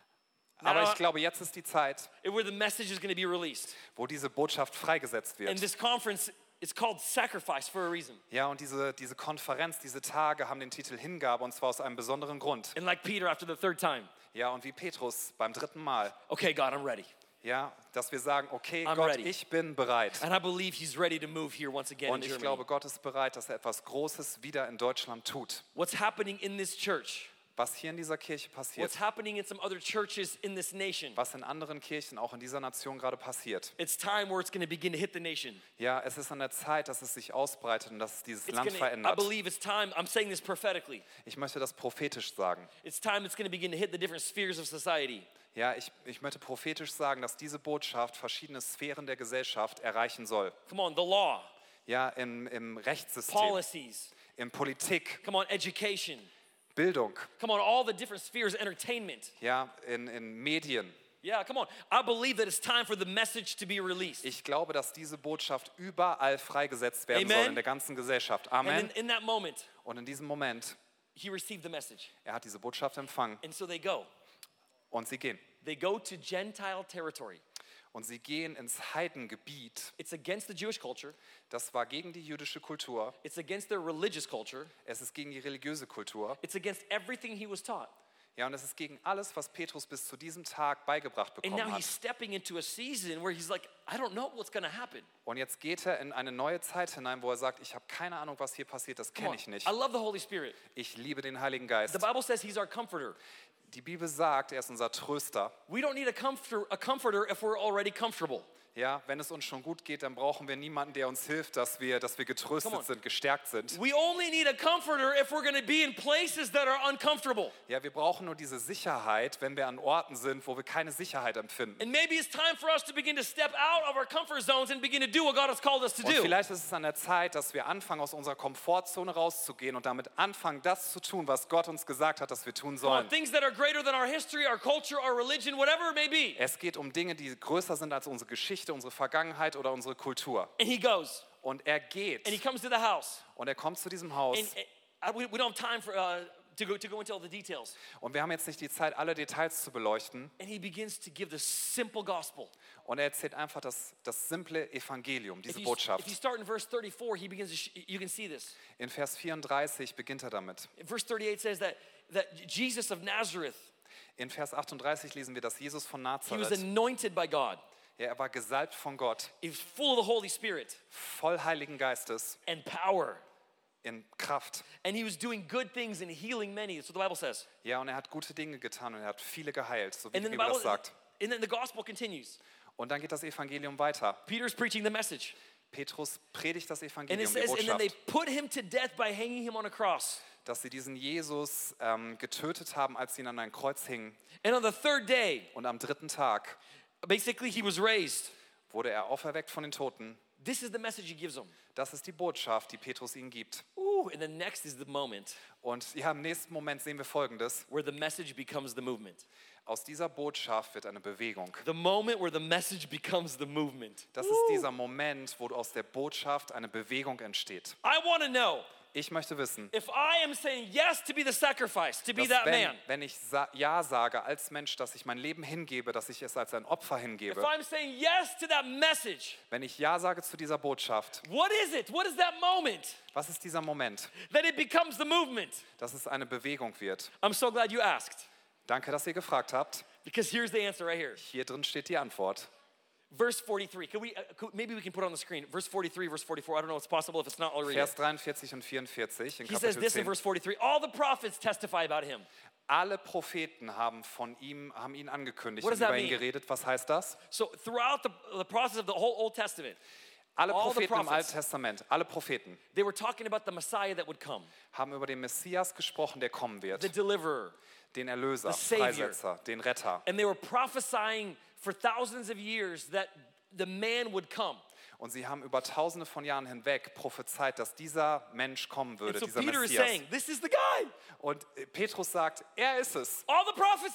Aber now- ich glaube, jetzt ist die Zeit, where the message is going to be released. wo diese Botschaft freigesetzt And wird. this conference is called Sacrifice for a reason. Ja, und diese Konferenz, diese Tage haben den Titel Hingabe, und zwar aus einem besonderen Grund. And like Peter after the third time, Ja, und wie Petrus beim 3. Mal. okay, God, I'm ready. Ja, dass wir sagen, okay, I'm Gott, ready. ich bin bereit. And I believe he's ready to move here once again in Und ich Germany. glaube, Gott ist bereit, dass er etwas Großes wieder in Deutschland tut. What's happening in this church, Was hier in dieser Kirche what's passiert, happening in some other churches in this nation, was in anderen Kirchen, auch in dieser Nation gerade passiert. it's time where it's going to begin to hit the nation. Ja, es ist an der Zeit, dass es sich ausbreitet und dass es dieses It's Land I verändert. believe it's time, I'm saying this prophetically, Ich möchte das prophetisch sagen. it's time it's going to begin to hit the different spheres of society. Ja, ich möchte prophetisch sagen, dass diese Botschaft verschiedene Sphären der Gesellschaft erreichen soll. Come on, the law, Ja, im Rechtssystem, policies, in Politik, come on, education, Bildung, come on, all the different spheres, entertainment. ja, in Medien. Yeah, come on. I believe that it's time for the message to be released. Ich glaube, dass diese Botschaft überall freigesetzt werden Amen. soll in der ganzen Gesellschaft. Amen. And in that moment, Und in diesem Moment, he received the message. er hat diese Botschaft empfangen And so they go. und sie gehen. They go to Gentile territory. Und sie gehen ins Heidengebiet. It's against the Jewish culture. Das war gegen die jüdische Kultur. It's against their religious culture. Es ist gegen die religiöse Kultur. It's against everything he was taught. Ja, und es ist gegen alles, was Petrus bis zu diesem Tag beigebracht And now bekommen he's hat. stepping into a season where he's like, I don't know what's going to happen. Und jetzt geht er in eine neue Zeit hinein, wo er sagt, ich habe keine Ahnung, was hier passiert, das Come kenne on. ich nicht. I love the Holy Spirit. Ich liebe den Heiligen Geist. The Bible says he's our comforter. Die Bibel sagt, er ist unser Tröster. We don't need a comforter if we're already comfortable. Ja, wenn es uns schon gut geht, dann brauchen wir niemanden, der uns hilft, dass wir Come on. getröstet sind, gestärkt sind. We only need a comforter if we're going to be in places that are uncomfortable. Ja, wir brauchen nur diese Sicherheit, wenn wir an Orten sind, wo wir keine Sicherheit empfinden. And maybe it's time for us to begin to step out of our comfort zones and begin to do what God has called us to Und do. vielleicht ist es an der Zeit, dass wir anfangen, aus unserer Komfortzone rauszugehen und damit anfangen, das zu tun, was Gott uns gesagt hat, dass wir tun Come on, sollen. things that are greater than our history, our culture, our religion, whatever it may be. Es geht um Dinge, die größer sind als unsere Geschichte, unsere Vergangenheit oder unsere Kultur. And he goes, Und er geht and he comes to the house. und er kommt zu diesem Haus. And we don't have time for, to go into all the details. Und wir haben jetzt nicht die Zeit, alle Details zu beleuchten. And he begins to give the simple gospel. Und er erzählt einfach das simple Evangelium, diese If you Botschaft. start in verse 34, he begins to you can see this. In Vers 34 beginnt er damit. Verse 38 says that Jesus of Nazareth, In Vers 38 lesen wir, dass Jesus von he was Nazareth, anointed by God. ja, er war gesalbt von Gott, He was full of the Holy Spirit voll Heiligen Geistes, and power. in Kraft. And he was doing good things and healing many. That's what the Bible says. Ja, und er hat gute Dinge getan und er hat viele geheilt, so wie And die then the Bibel Bible, das sagt. and then the gospel continues. Und dann geht das Evangelium weiter. Peter's preaching the message. Petrus predigt das And it Evangelium, die says, and then they Botschaft, put him to death by hanging him on a cross. dass sie diesen Jesus getötet haben, als sie ihn an ein Kreuz hingen. And on the third day, Und am 3. Tag basically he was raised. wurde er auferweckt von den Toten. This is the message he gives them. Das ist die Botschaft, die Petrus ihnen gibt. And the next is the moment Und ja, im nächsten Moment sehen wir Folgendes. where the message becomes the movement. Aus dieser Botschaft wird eine Bewegung. The moment where the message becomes the movement. Das ist dieser Moment, wo aus der Botschaft eine Bewegung entsteht. I want to know Ich möchte wissen, if I am saying yes to be the sacrifice, to be that dass man. wenn ich Ja sage als Mensch, dass ich mein Leben hingebe, dass ich es als ein Opfer If hingebe, I'm saying yes to that message, wenn ich Ja sage zu dieser Botschaft, what is it? What is that moment was ist dieser Moment, that it becomes the movement? dass es eine Bewegung wird? I'm so glad you asked, Danke, dass ihr gefragt habt. because here's the answer right here. Hier drin steht die Antwort. Verse 43. Maybe we can put it on the screen. Verse 43, verse 44. I don't know if it's possible if it's not already. Vers 43 und 44 in He says Kapitel this in 10. verse 43. All the prophets testify about him. Alle Propheten haben ihn angekündigt What und does that über ihn mean? geredet. Was heißt das? So throughout the process of the whole Old Testament, Alle all the Propheten im prophets. Alten Testament, alle Propheten they were talking about the Messiah that would come, haben über den Messias gesprochen, der kommen the wird. deliverer. Den Erlöser, The Savior. Freisetzer, den Retter. And they were prophesying for thousands of years that the man would come. Und sie haben über tausende von Jahren hinweg prophezeit, dass dieser Mensch kommen würde, And so dieser Peter is Messias. saying, this is the guy. Und Petrus sagt, er ist es. All the prophets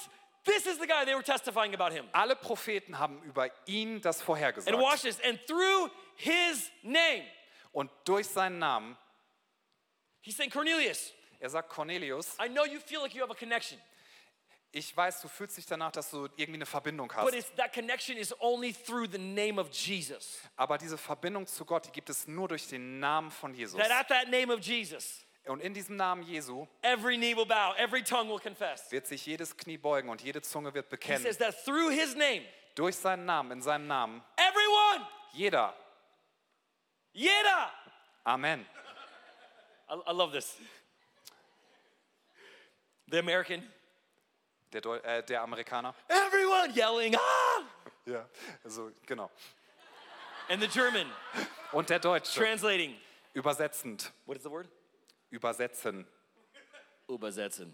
This is the guy they were testifying about him. Alle Propheten haben über ihn das And vorhergesagt. watch this. And through his name, Und durch seinen Namen, he's saying, Cornelius, er sagt Cornelius, I know you feel like you have a connection, ich weiß, du fühlst dich danach, dass du irgendwie eine Verbindung but hast. that connection is only through the name of Jesus. Aber diese Verbindung zu Gott, die gibt es nur durch den Namen von Jesus. That at that name of Jesus, Und in diesem Namen Jesu every knee will bow, every tongue will confess. wird sich jedes Knie beugen und jede Zunge wird He bekennen. says that through his name, Durch seinen Namen, in seinem Namen, everyone, jeder. yeda. Amen. I love this. The American, Der Amerikaner. everyone yelling, ah! Ja, also genau. And the German, Und der Deutsche. translating, Übersetzend. what is the word? Übersetzen. Übersetzen.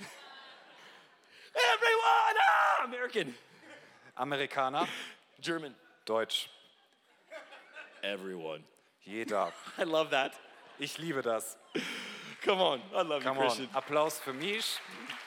Everyone, ah! American, Amerikaner. German, Deutsch. everyone. Jeder. I love that. Ich liebe das. Come on, I love you, Come Christian. on. Applaus für mich.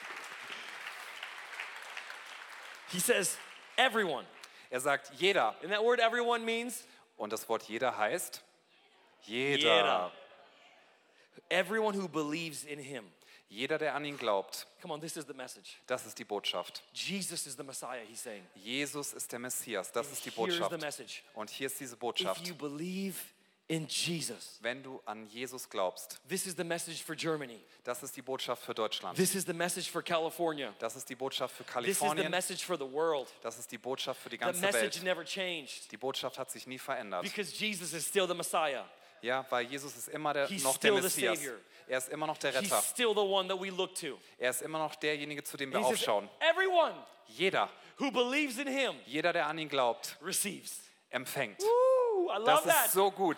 He says, everyone. Er sagt jeder. And that word everyone means Und das Wort jeder heißt jeder. Jeder. everyone who believes in him. Jeder, der an ihn glaubt. Come on, this is the message. Das ist die Botschaft. Jesus is the Messiah, he's saying. Jesus ist der Messias. Das ist die Here's the Botschaft. message. Und hier ist diese If Botschaft. you believe in Jesus, Wenn du an Jesus glaubst, this is the message for Germany. das ist die Botschaft für Deutschland. This is the message for California. Das ist die Botschaft für This is the Kalifornien. message for the world. Das ist die Botschaft für die The ganze message Welt. never changed Die Botschaft hat sich nie verändert. because Jesus is still the Messiah. Ja, weil Jesus ist immer noch He's der still the Messias. Savior. Er ist immer noch der He's Retter. still the one that we look to. Er ist immer noch derjenige, zu dem wir And he says, aufschauen. everyone Jeder, who believes in him jeder, der an ihn glaubt, receives. empfängt. Woo, I Das love ist that. so gut.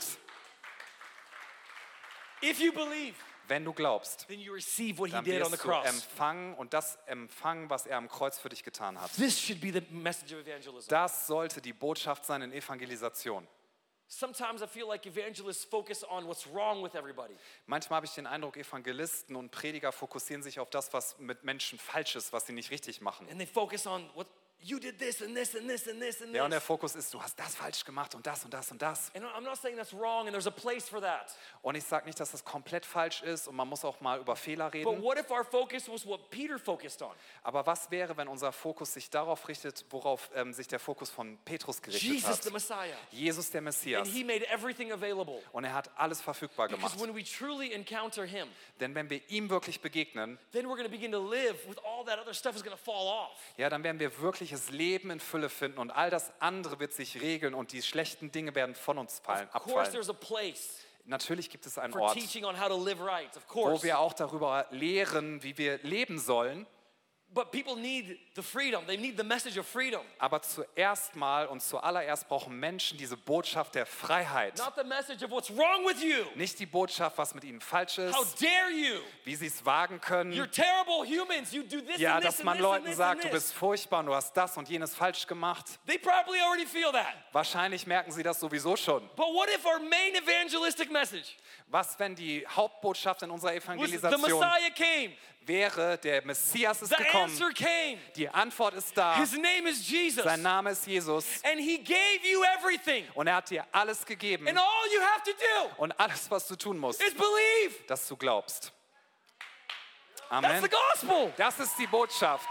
If you believe, Wenn du glaubst, then you receive what he dann did on the wirst du cross. empfangen und das empfangen, was er am Kreuz für dich getan hat. This should be the message of evangelism. Das sollte die Botschaft sein in Evangelisation. Sometimes I feel like evangelists focus on what's wrong with everybody. Manchmal habe ich den Eindruck, Evangelisten und Prediger fokussieren sich auf das, was mit Menschen falsch ist, was sie nicht richtig machen. And they focus on what you did this and this and this and this and Ja, und der this. Fokus ist, du hast das falsch gemacht und das und das und das. And I'm not saying that's wrong and there's a place for that. Und ich sage nicht, dass das komplett falsch ist und man muss auch mal über Fehler But reden. what if our focus was what Peter focused on? Aber was wäre, wenn unser Fokus sich darauf richtet, worauf sich der Fokus von Petrus gerichtet Jesus the hat? Messiah. Jesus der Messias. And he made everything available. Und er hat alles verfügbar Because gemacht. when we truly encounter him, Denn wenn wir ihm wirklich begegnen, then we're going to begin to live with all that other stuff is going to fall off. ja, dann werden wir wirkliches Leben in Fülle finden und all das andere wird sich regeln und die schlechten Dinge werden von uns Of course abfallen. there's a place Natürlich gibt es einen for Ort, teaching on how to live right, of wo course. wir auch darüber lehren, wie wir leben sollen. But people need the freedom. They need the message of freedom. Aber zuerst mal und zuallererst brauchen Menschen diese Botschaft der Freiheit. Not the message of what's wrong with you. Nicht die Botschaft, was mit ihnen falsch How ist, dare you? wie sie es wagen You're können. terrible humans. You do this Ja, and this dass and man this and Leuten this and sagt, du this. bist furchtbar und du hast das und jenes falsch gemacht. They probably already feel that. Wahrscheinlich merken sie das sowieso schon. But what if our main evangelistic message Was, wenn die Hauptbotschaft in unserer was the Evangelisation Messiah came, wäre, der Messias ist the gekommen, answer came. die Antwort ist da, His name is Jesus. sein Name ist Jesus And he gave you everything. und er hat dir alles gegeben And all you have to do und alles, was du tun musst, is believe. dass du glaubst. That's Amen. the gospel. Das ist die Botschaft.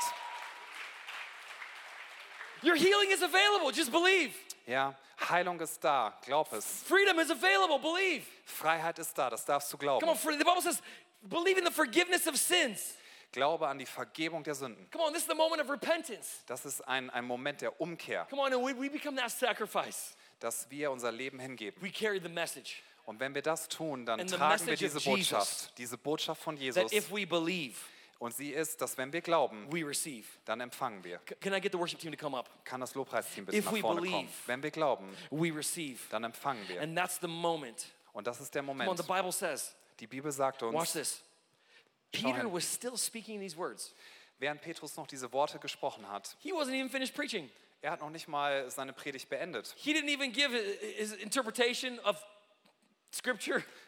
Your healing is available. Just believe. Ja, Heilung ist da, glaub es. Freedom is available. Believe. Freiheit ist da, das darfst du Come glauben. on, the Bible says, believe in the forgiveness of sins. Glaube an die Vergebung der Sünden. Come on, this is the moment of repentance. Das ist ein Moment der Umkehr, Come on, and we become that sacrifice. dass wir unser Leben hingeben. We carry the message Und wenn wir das tun, dann And the tragen wir message of diese Jesus. Botschaft, diese Botschaft von that Jesus. if we believe, Und sie ist, dass wenn wir glauben, we receive. dann empfangen wir. Can I get the worship team to come up? Kann das Lobpreisteam bitte If nach we vorne believe. kommen? Wenn wir glauben, We receive. dann empfangen wir. And that's the moment. Und das ist der Come on, Moment. the Bible says, Die Bibel sagt watch uns, this. Schau Peter hin. was still speaking these words. während Petrus noch diese Worte gesprochen hat, He wasn't even finished preaching. er hat noch nicht mal seine Predigt beendet. He didn't even give his interpretation of Scripture.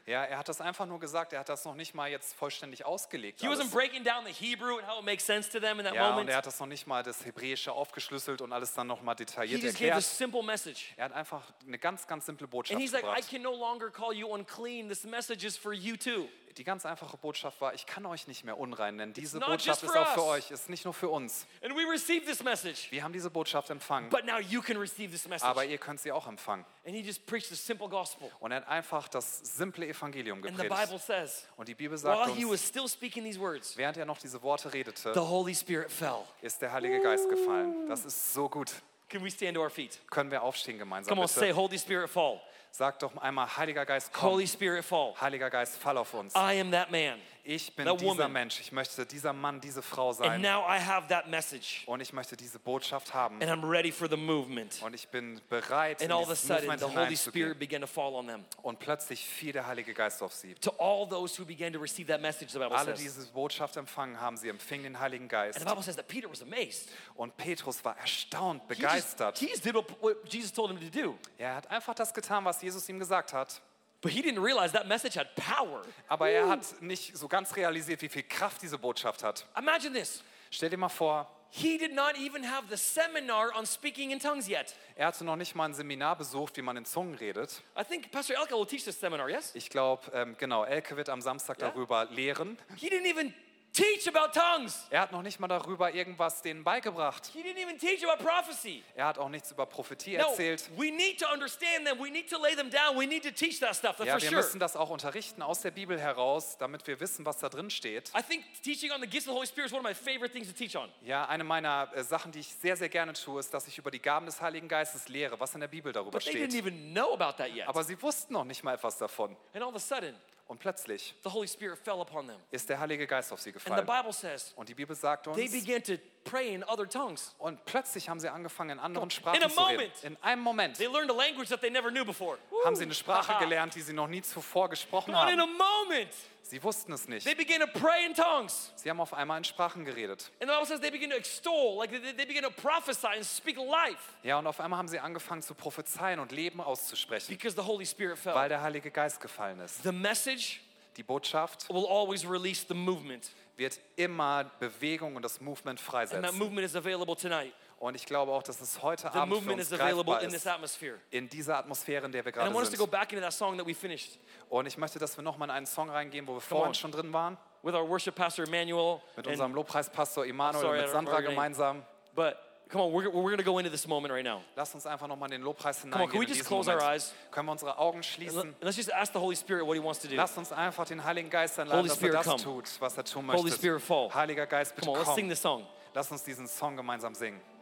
Ja, er hat das einfach nur gesagt, er hat das noch nicht mal jetzt vollständig ausgelegt. He wasn't Alles. breaking down the Hebrew and how it makes sense to them in that Ja, und moment. er hat das noch nicht mal das Hebräische aufgeschlüsselt und alles dann noch mal He detailliert just gave a erklärt. simple message. Er hat einfach eine ganz, ganz simple Botschaft And he's like, I gebracht. can no longer call you unclean. This message is for you too. Die ganz einfache Botschaft war, ich kann euch nicht mehr unrein nennen. Diese not Botschaft just ist for auch für us. euch, ist nicht nur für uns. And we received this message. Wir haben diese Botschaft empfangen, But now you can receive this message. aber ihr könnt sie auch empfangen. And he just preached the simple gospel. Und er hat einfach das simple Evangelium And the Bible gepredigt. says, Und die Bibel sagt while he was uns, still speaking these words, während er noch diese Worte the redete, Holy Spirit fell. ist der Heilige Geist gefallen. Das ist so gut. Can we stand to our feet? Können wir aufstehen gemeinsam, Come on, say, bitte? Holy Spirit, fall. Sagt doch einmal, Heiliger Geist, komm. Holy Spirit, fall. Heiliger Geist, fall auf uns. I am that man. Ich bin that dieser woman. Mensch. Ich möchte dieser Mann, diese Frau And sein. now I have that message. Und ich möchte diese Botschaft haben. And I'm ready for the movement. Und ich bin bereit, in And all of a dieses sudden, Movement the Holy hineinzugehen. Spirit began to fall on them. Und plötzlich fiel der Heilige Geist auf sie. To all those who began to receive that message, the Bible Alle, die says. diese Botschaft empfangen haben, sie empfingen den Heiligen And Geist. the Bible says that Peter was amazed. Und Petrus war erstaunt, He just begeistert. did what Jesus told him to do. Er hat einfach das getan, was Jesus ihm gesagt hat. But he didn't realize that message had power. Aber er hat nicht so ganz realisiert, wie viel Kraft diese Botschaft hat. Imagine this. Stell dir mal vor, He did not even have the seminar on speaking in tongues yet. er hatte noch nicht mal ein Seminar besucht, wie man in Zungen redet. I think Pastor Elka will teach this seminar, yes? Ich glaube, genau, Elke wird am Samstag Ja? darüber lehren. He didn't even teach about tongues. Er hat noch nicht mal darüber irgendwas denen beigebracht. He didn't even teach about prophecy. Er hat auch nichts über Prophetie No, erzählt. we need to understand them. We need to lay them down. We need to teach that stuff, that's Ja, for wir sure. müssen das auch unterrichten aus der Bibel heraus, damit wir wissen, was da drin steht. I think teaching on the gifts of the Holy Spirit is one of my favorite things to teach on. Ja, eine meiner Sachen, die ich sehr, sehr gerne tue, ist, dass ich über die Gaben des Heiligen Geistes lehre, was in der Bibel darüber But they didn't steht. even know about that yet. Aber sie wussten noch nicht mal etwas davon. And all of a sudden, Und plötzlich the Holy Spirit fell upon them. ist der Heilige Geist auf sie And the gefallen. Bible says Und die Bibel sagt they uns, began to pray in other tongues. und plötzlich haben sie angefangen, in anderen In Sprachen a zu reden. moment. In einem Moment They learned a language that they never knew before. haben sie eine Sprache Haha. gelernt, die sie noch nie zuvor gesprochen Come on, in a haben. moment, Sie wussten es nicht. they began to pray in tongues. Sie haben auf einmal in Sprachen geredet. And the Bible says they began to extol, like they began to prophesy and speak life Ja, und auf einmal haben sie angefangen zu prophezeien und Leben auszusprechen, because the Holy Spirit weil fell. der Heilige Geist gefallen ist. The message Die Botschaft will always release the movement. wird immer Bewegung und das Movement And that freisetzen. movement is available tonight. Und ich glaube auch, dass es heute The Abend für movement uns is available greifbar in this ist, atmosphere. in dieser Atmosphäre, in der wir And I want gerade us to go sind. back into that song that we finished Und ich möchte, dass wir nochmal in einen Song reingehen, wo wir on. vorhin schon drin waren, with our worship pastor Emmanuel. mit and- unserem Lobpreispastor Emanuel Sorry, und I mit don't Sandra remember your name. gemeinsam. But come on, we're going to go into this moment right now. Lasst uns einfach nochmal in den Lobpreis on, can hineingehen. we In just diesem close our Moment. eyes? Können wir unsere Augen And schließen? let's just ask the Holy Spirit what he wants to do. Lasst uns einfach den Heiligen Geist einladen, Holy dass Spirit, er das come. tut, was er tun Holy möchte. Spirit, fall. Heiliger Geist, bitte Come on, let's sing komm. this song. Lass uns diesen Song gemeinsam singen.